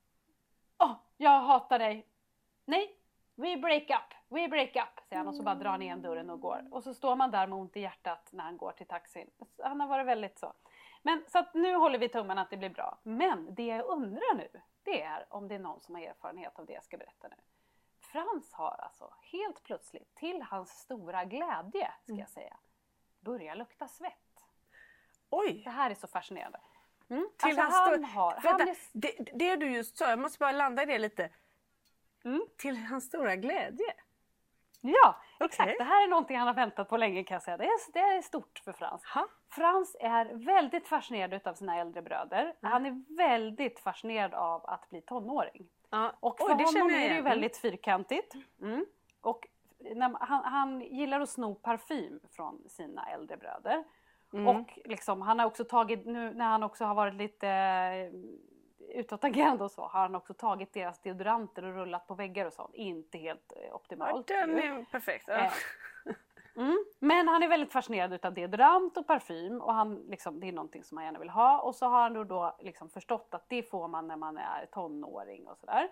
Åh, oh, jag hatar dig. Nej, we break up. We break up. Säger han och så bara drar han igen dörren och går. Och så står man där med ont i hjärtat när han går till taxin. Han har varit väldigt så. Men så att nu håller vi tummen att det blir bra. Men det jag undrar nu. Det är om det är någon som har erfarenhet av det jag ska berätta nu. Frans har alltså helt plötsligt, till hans stora glädje ska jag säga, börjar lukta svett. Oj! Det här är så fascinerande. Mm. Till alltså hans han stor... har... Vänta, han är... det, det du just sa, jag måste bara landa i det lite. Mm. Till hans stora glädje? Ja, exakt. Okay. Det här är någonting han har väntat på länge kan jag säga. Det är, det är stort för Frans. Ha? Frans är väldigt fascinerad av sina äldre bröder. Mm. Han är väldigt fascinerad av att bli tonåring. Ja. Och för Oj, det honom är det ju väldigt fyrkantigt. Mm. Och när, han, han gillar att sno parfym från sina äldre bröder. Mm. Och liksom, han har också tagit, nu när han också har varit lite eh, utåtagerande och så, har han också tagit deras deodoranter och rullat på väggar och sånt. Inte helt eh, optimalt. Ja, den är perfekt. Ja. Eh, Mm. Men han är väldigt fascinerad av deodorant och parfym och han, liksom, det är någonting som han gärna vill ha. Och så har han då, då liksom förstått att det får man när man är tonåring och sådär.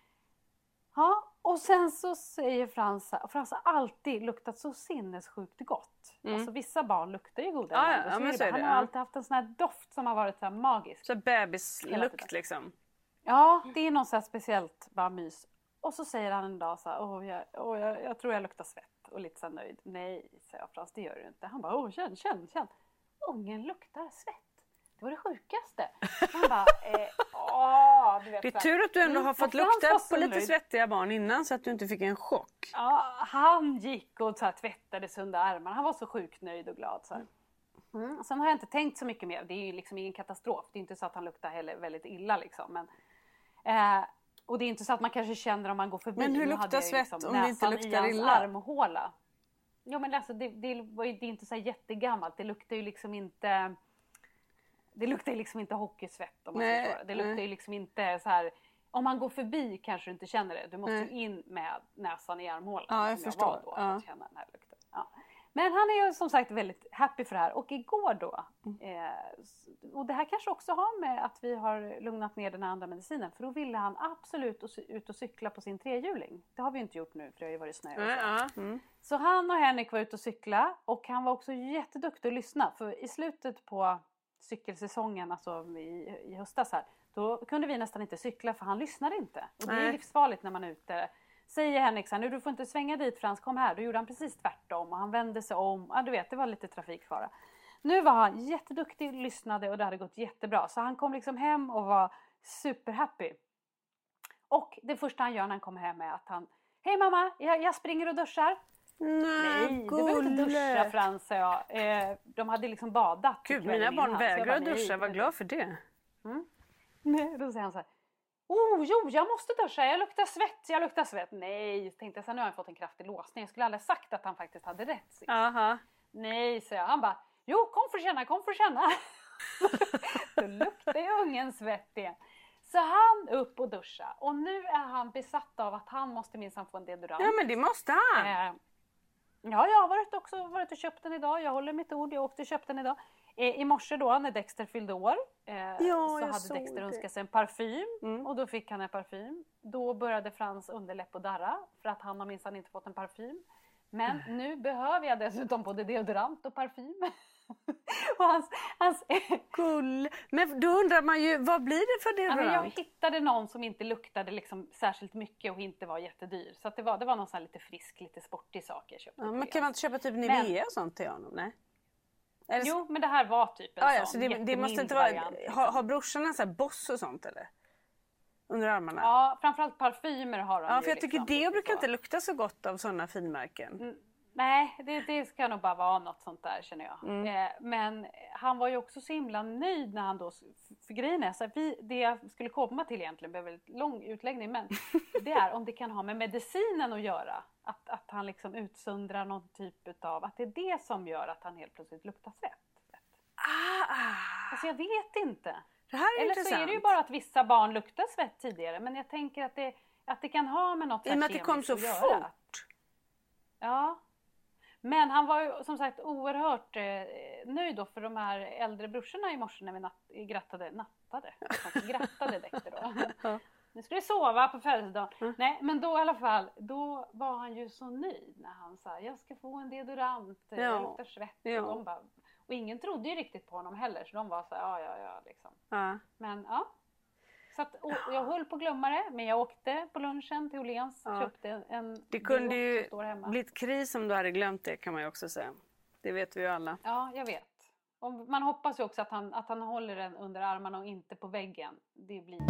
Ja, och sen så säger Frans, och Frans har alltid luktat så sinnessjukt gott. Mm. Alltså vissa barn luktar ju godare. Ja, ja, ja, så han det, har ja. alltid haft en sån här doft som har varit så här magisk. Så bebislukt liksom. Ja, det är något så här speciellt bara mys. Och så säger han en dag så här, åh, jag, åh, jag, jag tror jag luktar svett. Och lite så här nöjd. Nej, säger jag, Frans, det gör du inte. Han bara, åh, känn, känn, känn. Ungen luktar svett. Det var det sjukaste. Han bara, eh, åh, du vet. Det är tur att du ändå har fått lukta på lite nöjd. Svettiga barn innan så att du inte fick en chock. Ja, han gick och så här, tvättade sig under armarna. Han var så sjukt nöjd och glad. Så här. Mm. Sen har jag inte tänkt så mycket mer. Det är ju liksom ingen katastrof. Det är inte så att han luktar heller väldigt illa liksom. Men... Eh, Och det är inte så att man kanske känner om man går förbi. Men hur luktar svett liksom om det inte luktar illa? Armhåla. Jo men alltså det, det, det är inte så här jättegammalt. Det luktar ju liksom inte... Det luktar ju liksom inte hockeysvett om man nej, förstår. Det luktar nej. ju liksom inte så här... Om man går förbi kanske du inte känner det. Du måste nej. ju in med näsan i armhålan. Ja, jag förstår. Jag var då, ja. Att känna den här lukten. Ja. Men han är ju som sagt väldigt happy för det här. Och igår då, eh, och det här kanske också har med att vi har lugnat ner den andra medicinen. För då ville han absolut ut och cykla på sin trehjuling. Det har vi inte gjort nu för det har ju varit snö och så. Mm, mm. Så han och Henrik var ute och cykla och han var också jätteduktig att lyssna. För i slutet på cykelsäsongen, alltså i, i höstas här, då kunde vi nästan inte cykla för han lyssnade inte. Och det är ju livsfarligt när man är ute. Säger Henrik så här, nu du får inte svänga dit Frans, kom här. Då gjorde han precis tvärtom och han vände sig om. Ja, du vet, det var lite trafikfara. Nu var han jätteduktig, lyssnade och det hade gått jättebra. Så han kom liksom hem och var superhappy. Och det första han gör när han kommer hem är att han, hej mamma, jag, jag springer och duschar. Nej, Nej du behöver inte duscha Frans, sa jag. Eh, de hade liksom badat. Gud, mina barn vägrar att duscha, var glad för det. Mm. Nej, då säger han så här. Oh, jo, jag måste duscha. Jag luktar svett. Jag luktar svett. Nej, tänkte jag. Sen nu har han fått en kraftig låsning. Jag skulle aldrig sagt att han faktiskt hade rätt. Aha. Nej, så jag. Han bara, jo, kom för känna, kom för känna. Då luktar ju ungen svett igen. Så han upp och duscha. Och nu är han besatt av att han måste minsann få en deodorant. Ja, men det måste han. Eh, ja, jag har varit också varit och köpt den idag. Jag håller mitt ord. Jag åkte och köpte den idag. I morse då när Dexter fyllde år eh, ja, så hade Dexter önskat sig en parfym mm. och då fick han en parfym. Då började Frans underläpp och darra för att han har minsann inte fått en parfym. Men mm. nu behöver jag dessutom både deodorant och parfym. och hans, hans... Cool. Men då undrar man ju, vad blir det för deodorant? Ja, jag hittade någon som inte luktade liksom särskilt mycket och inte var jättedyr. Så att det var, det var någon sån här lite frisk, lite sportig sak jag köpte. Ja, men kan man inte köpa typ Nivea men... och sånt till honom? Nej. Eller... Jo, men det här var typ en ah, sån ja, så det, det måste inte vara... variant, liksom. Har, har brorsan en sån här Boss och sånt eller? Under armarna? Ja, framförallt parfymer har han. Ja, för jag liksom, tycker det brukar så. inte lukta så gott av sådana finmärken. Mm. Nej, det, det ska nog bara vara något sånt där känner jag. Mm. Eh, men han var ju också så himla nöjd när han då, för grejen är så här, vi, det jag skulle komma till egentligen, blev väldigt lång utläggning, men det är om det kan ha med medicinen att göra. Att, att han liksom utsöndrar någon typ av, att det är det som gör att han helt plötsligt luktar svett. Ah, ah. Alltså jag vet inte. Det här är Eller intressant. så är det ju bara att vissa barn luktar svett tidigare, men jag tänker att det, att det kan ha med något i och med att det kom så fort. Ja. Men han var ju som sagt oerhört eh, nöjd då för de här äldre brorsorna i morse när vi natt, grattade, nattade, grattade däckte då. Ja. Nu ska du sova på födelsedagen. Mm. Nej, men då i alla fall, då var han ju så nöjd när han sa, jag ska få en deodorant, ja. jag luktar svett. Ja. Och, de bara, och ingen trodde ju riktigt på honom heller, så de var så här, ja, ja, ja, liksom. Ja. Men ja. Så att, och jag höll på att glömma det, men jag åkte på lunchen till Åhléns och ja. köpte en. Det kunde ju blivit kris om du hade glömt det, kan man ju också säga. Det vet vi ju alla. Ja, jag vet. Och man hoppas ju också att han, att han håller den under armarna och inte på väggen. Det blir...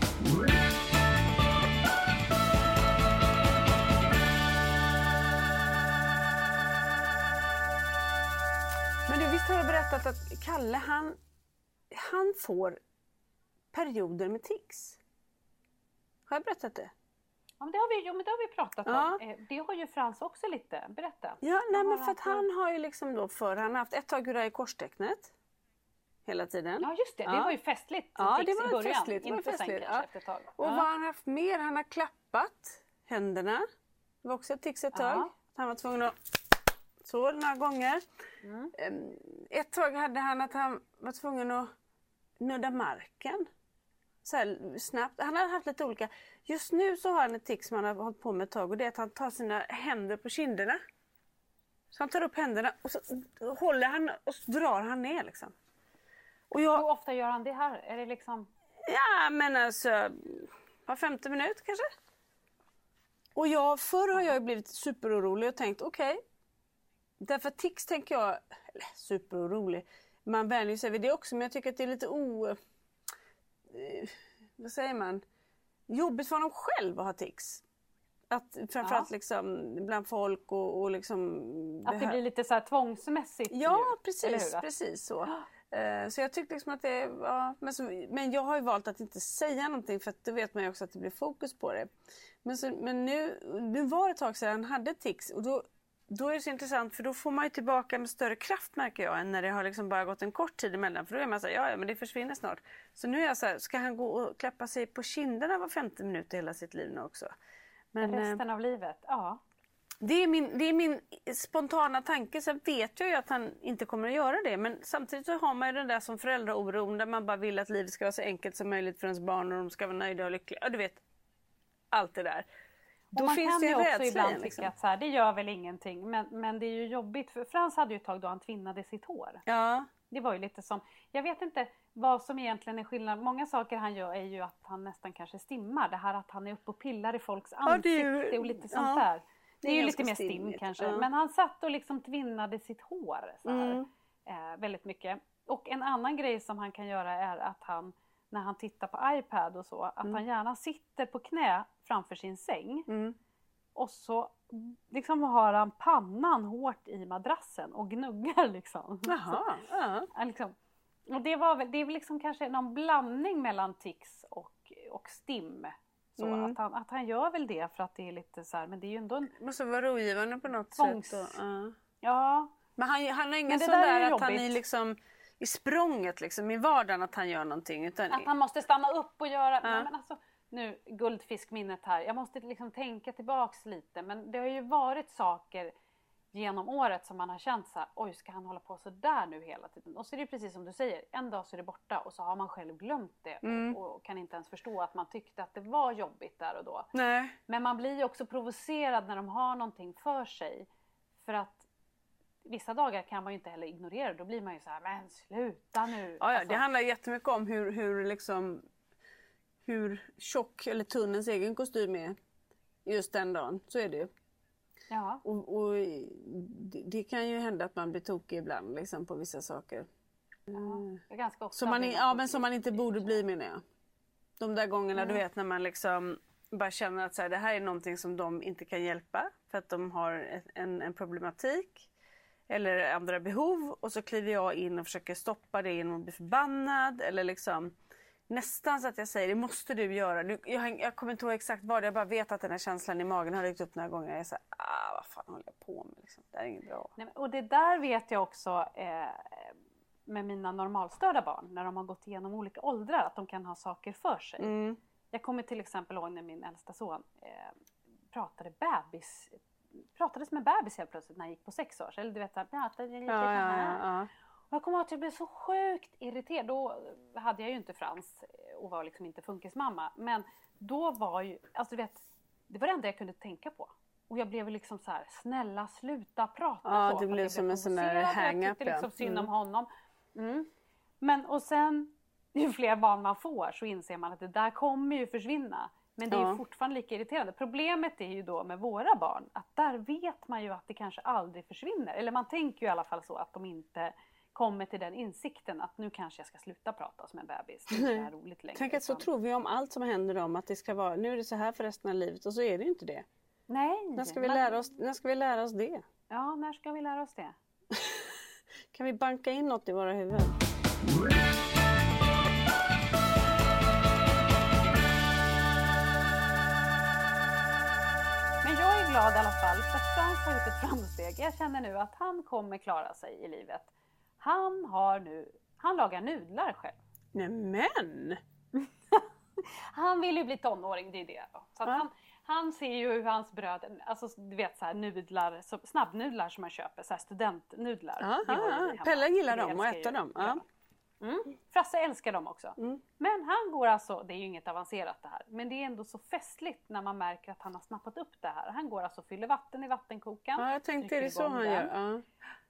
Men du, visst har du berättat att Kalle, han, han får perioder med tics. Har jag berättat det? Ja, men det har vi, jo, men det har vi pratat ja. om. Det har ju Frans också lite. Berätta. Ja, nej, men för att han har ju liksom då för han har haft ett tag hur det är i korstecknet. Hela tiden. Ja, just det. Det ja. var ju festligt. Ja, det var ju festligt. Det var inte festligt. Sen, ja. efter ett tag. Och ja. vad har han haft mer? Han har klappat händerna. Det var också ett tics ett tag. Ja. Han var tvungen att så några gånger. Mm. Ett tag hade han att han var tvungen att nudda marken. Så här snabbt. Han har haft lite olika. Just nu så har han ett tics som han har hållit på med ett tag. Och det är att han tar sina händer på kinderna. Så han tar upp händerna och så håller han och så drar han ner liksom. Och jag... Hur ofta gör han det här? Är det liksom... Ja, men alltså var femte minut kanske. Och jag, förr har jag blivit superorolig och tänkt okej. Okay, därför tics tänker jag, eller superorolig. Man vänjer sig vid det också, men jag tycker att det är lite o... Eh, vad säger man? Jobbigt för honom själv att ha tics. Att framförallt ja. liksom bland folk och, och liksom... Att det blir lite så här tvångsmässigt. Ja, ju, precis, precis så. Uh, så jag tyckte liksom att det ja, men, så, men jag har ju valt att inte säga någonting för att då vet man ju också att det blir fokus på det. Men, så, men nu, nu var det ett tag sedan han hade tics och då, då är det så intressant för då får man ju tillbaka med större kraft märker jag än när det har liksom bara gått en kort tid emellan. För då är man så här, ja, ja men det försvinner snart. Så nu är jag så här, ska han gå och klappa sig på kinderna var femtio minuter hela sitt liv nu också? Men, resten av livet, ja. Det är, min, det är min spontana tanke, så vet jag ju att han inte kommer att göra det. Men samtidigt så har man ju den där som föräldraoron där man bara vill att livet ska vara så enkelt som möjligt för ens barn och de ska vara nöjda och lyckliga. Ja, du vet, allt det där. Då man finns kan det ju också ibland liksom. tycka att så här, det gör väl ingenting. Men, men det är ju jobbigt, för Frans hade ju ett tag då han tvinnade sitt hår. Ja. Det var ju lite som, jag vet inte vad som egentligen är skillnad. Många saker han gör är ju att han nästan kanske stimmar. Det här att han är uppe och pillar i folks ansikte ja, ju, och lite sånt ja. där. Det är, det är ju lite mer stim kanske. Ja. Men han satt och liksom tvinnade sitt hår så här, mm. eh, väldigt mycket. Och en annan grej som han kan göra är att han, när han tittar på iPad och så, att mm. han gärna sitter på knä framför sin säng. Mm. Och så liksom har han pannan hårt i madrassen och gnuggar liksom. Jaha, ja. Så, liksom. Och det, var väl, det är väl liksom kanske någon blandning mellan tics och, och stim. Så mm. att, han, att han gör väl det för att det är lite så här, men det är ju ändå en... Det måste vara rogivande på något tvångs... sätt. Och, uh. Ja. Men han, han har ingen sån där, där att han är liksom i språnget liksom, i vardagen att han gör någonting. Utan... Att han måste stanna upp och göra... Uh. Nej, men alltså, nu, guldfiskminnet här. Jag måste liksom tänka tillbaks lite. Men det har ju varit saker genom året som man har känt så här, oj, ska han hålla på så där nu hela tiden? Och så är det precis som du säger, en dag så är det borta och så har man själv glömt det mm. och, och kan inte ens förstå att man tyckte att det var jobbigt där och då. Nej. Men man blir ju också provocerad när de har någonting för sig. För att vissa dagar kan man ju inte heller ignorera. Då blir man ju så här, men sluta nu. Ja, ja, alltså. det handlar jättemycket om hur, hur, liksom, hur tjock eller tunn ens egen kostym är just den dagen. Så är det ju. Ja. Och, och det, det kan ju hända att man blir tokig ibland liksom, på vissa saker. Ja, det är ganska ofta. Som man, ja, men som man inte borde bli, menar jag. De där gångerna, mm. du vet, när man liksom bara känner att så här, det här är någonting som de inte kan hjälpa för att de har en, en problematik eller andra behov, och så kliver jag in och försöker stoppa det genom att bli förbannad eller liksom nästan så att jag säger, det måste du göra. Du, jag, jag kommer inte ihåg exakt vad, jag bara vet att den här känslan i magen har ryckt upp några gånger. Jag är så här, ah, vad fan håller jag på med liksom? Det är inget bra. Nej, och det där vet jag också eh, med mina normalstörda barn, när de har gått igenom olika åldrar, att de kan ha saker för sig. Mm. Jag kommer till exempel ihåg när min äldsta son eh, pratade bebis, pratades med bebis helt plötsligt när han gick på sex år. Eller du vet, jag pratade lite ja, ja, här. ja, ja. Och jag kommer ihåg att jag blev så sjukt irriterad. Då hade jag ju inte Frans och var liksom inte funkismamma. Men då var ju, alltså du vet, det var det enda jag kunde tänka på. Och jag blev liksom så här, snälla sluta prata ja, så. Ja, det blev som en sån där hang-up. Jag tyckte liksom synd mm. om honom. Mm. Men och sen, ju fler barn man får så inser man att det där kommer ju försvinna. Men det är ja. ju fortfarande lika irriterande. Problemet är ju då med våra barn, att där vet man ju att det kanske aldrig försvinner. Eller man tänker ju i alla fall så att de inte kommer till den insikten att nu kanske jag ska sluta prata som en bebis. Det är inte roligt längre. Tänk att så tror vi om allt som händer dem, att det ska vara, nu är det så här för resten av livet, och så är det ju inte det. Nej. När ska vi, men... lära, oss, när ska vi lära oss det? Ja, när ska vi lära oss det? Kan vi banka in något i våra huvuden? Men jag är glad i alla fall för att Frans har gjort ett framsteg. Jag känner nu att han kommer klara sig i livet. Han har nu, han lagar nudlar själv. Nämen! Han vill ju bli tonåring, det är det. Så att ja. han, han ser ju hur hans bröd, alltså du vet så här nudlar, så, snabbnudlar som man köper, så här studentnudlar. Ja, ja, ja. Pelle gillar dem och äter dem. Ja. Mm. Frasse älskar dem också. Mm. Men han går alltså, det är ju inget avancerat det här, men det är ändå så festligt när man märker att han har snappat upp det här. Han går alltså och fyller vatten i vattenkokaren. Ja, jag tänkte det är så han gör. Ja.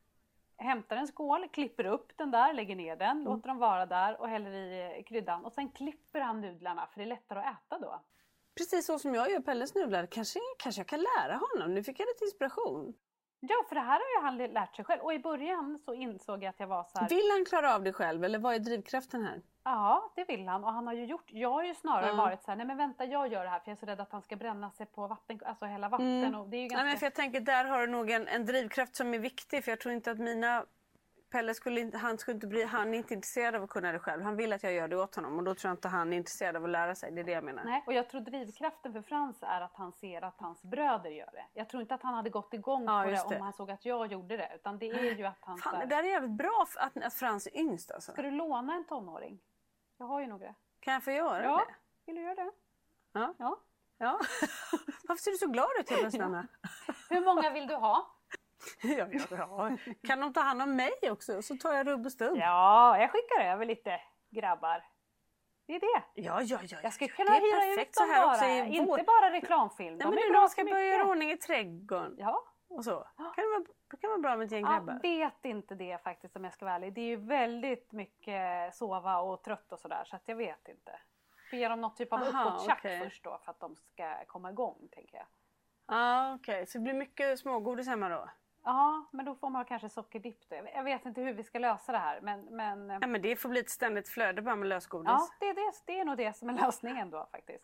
Hämtar en skål, klipper upp den där, lägger ner den, mm. låter dem vara där och häller i kryddan. Och sen klipper han nudlarna för det är lättare att äta då. Precis så som jag gör Pelles nudlar. Kanske, kanske jag kan lära honom. Nu fick jag lite inspiration. Ja, för det här har ju han lärt sig själv. Och i början så insåg jag att jag var så här... Vill han klara av det själv? Eller vad är drivkraften här? Ja, det vill han. Och han har ju gjort... Jag har ju snarare ja. varit så här, nej men vänta, jag gör det här. För jag är så rädd att han ska bränna sig på vatten, alltså hela vatten. Mm. Och det är ju ganska... Nej, men för jag tänker, där har du nog en, en drivkraft som är viktig. För jag tror inte att mina... Pelle skulle inte, han skulle inte bli, han är inte intresserad av att kunna det själv. Han vill att jag gör det åt honom och då tror jag inte han är intresserad av att lära sig. Det är det jag menar. Nej, och jag tror drivkraften för Frans är att han ser att hans bröder gör det. Jag tror inte att han hade gått igång ja, på det, det om han såg att jag gjorde det. Utan det är ju att han... Fan, det där är jävligt bra att, att Frans är yngst alltså. Ska du låna en tonåring? Jag har ju nog det. Kan jag få göra ja. det? Vill du göra det? Ja. Ja. ja. Varför ser du så glad ut helt plötsligt, Anna? Hur många vill du ha? Ja, ja, ja. Kan de ta hand om mig också? Så tar jag rubb och stubb. Ja, jag skickar över lite grabbar. Det är det. Ja, ja, ja. Jag ska kunna hyra ut dem bara. Också inte vår... bara reklamfilm. Nej, men nu när man ska börja göra ordning i trädgården. Ja. Och så. Kan det vara, kan det vara bra med ett gäng ja, grabbar? Jag vet inte det faktiskt, om jag ska vara ärlig. Det är ju väldigt mycket sova och trött och sådär. Så att jag vet inte. För ge dem något typ av uppåt-tjack okay. först då. För att de ska komma igång, tänker jag. Ja, ah, okej. Okay. Så det blir mycket smågodis hemma då? Ja, men då får man kanske sockerdipp. Jag vet inte hur vi ska lösa det här. Men, men... Ja, men det får bli ett ständigt flöde bara med lösgodis. Ja, det är, det, det är nog det som är lösningen då faktiskt.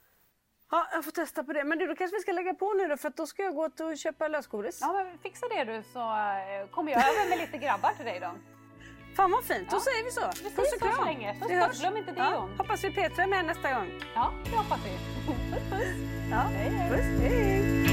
Ja, jag får testa på det. Men du, då kanske vi ska lägga på nu då. För att då ska jag gå och köpa lösgodis. Ja, men fixa det du, så kommer jag över med lite grabbar till dig då. Fan vad fint, då ja. säger vi så. Vi ses så, så länge. Så hörs. Glöm inte det ja. Hon. Hoppas vi Petra är med nästa gång. Ja, det hoppas vi. Puss, puss. Ja, hej, hej. Puss, hej.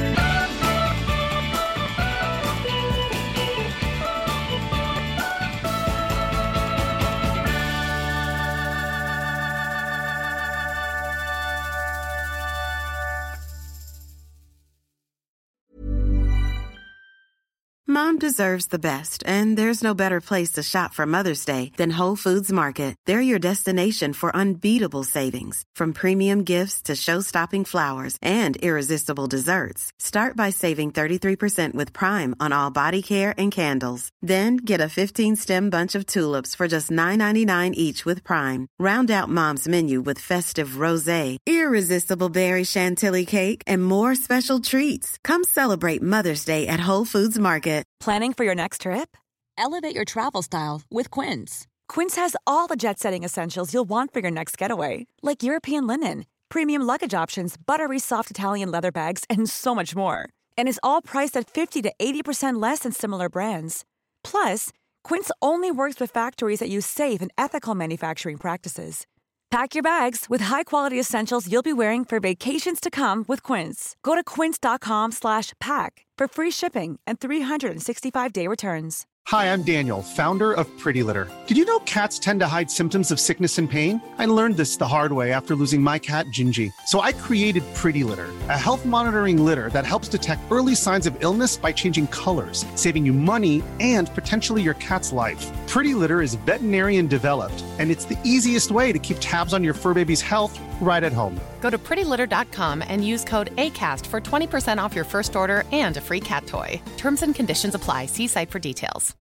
Mom deserves the best, and there's no better place to shop for Mother's Day than Whole Foods Market. They're your destination for unbeatable savings, from premium gifts to show-stopping flowers and irresistible desserts. Start by saving thirty-three percent with Prime on all body care and candles. Then get a fifteen-stem bunch of tulips for just nine ninety-nine each with Prime. Round out Mom's menu with festive rosé, irresistible berry chantilly cake, and more special treats. Come celebrate Mother's Day at Whole Foods Market. Planning for your next trip? Elevate your travel style with Quince. Quince has all the jet-setting essentials you'll want for your next getaway, like European linen, premium luggage options, buttery soft Italian leather bags, and so much more. And is all priced at fifty to eighty percent less than similar brands. Plus, Quince only works with factories that use safe and ethical manufacturing practices. Pack your bags with high-quality essentials you'll be wearing for vacations to come with Quince. Go to quince.com slash pack for free shipping and three sixty-five day returns. Hi, I'm Daniel, founder of Pretty Litter. Did you know cats tend to hide symptoms of sickness and pain? I learned this the hard way after losing my cat, Gingy. So I created Pretty Litter, a health monitoring litter that helps detect early signs of illness by changing colors, saving you money and potentially your cat's life. Pretty Litter is veterinarian developed, and it's the easiest way to keep tabs on your fur baby's health right at home. Go to pretty litter dot com and use code ACAST for twenty percent off your first order and a free cat toy. Terms and conditions apply. See site for details.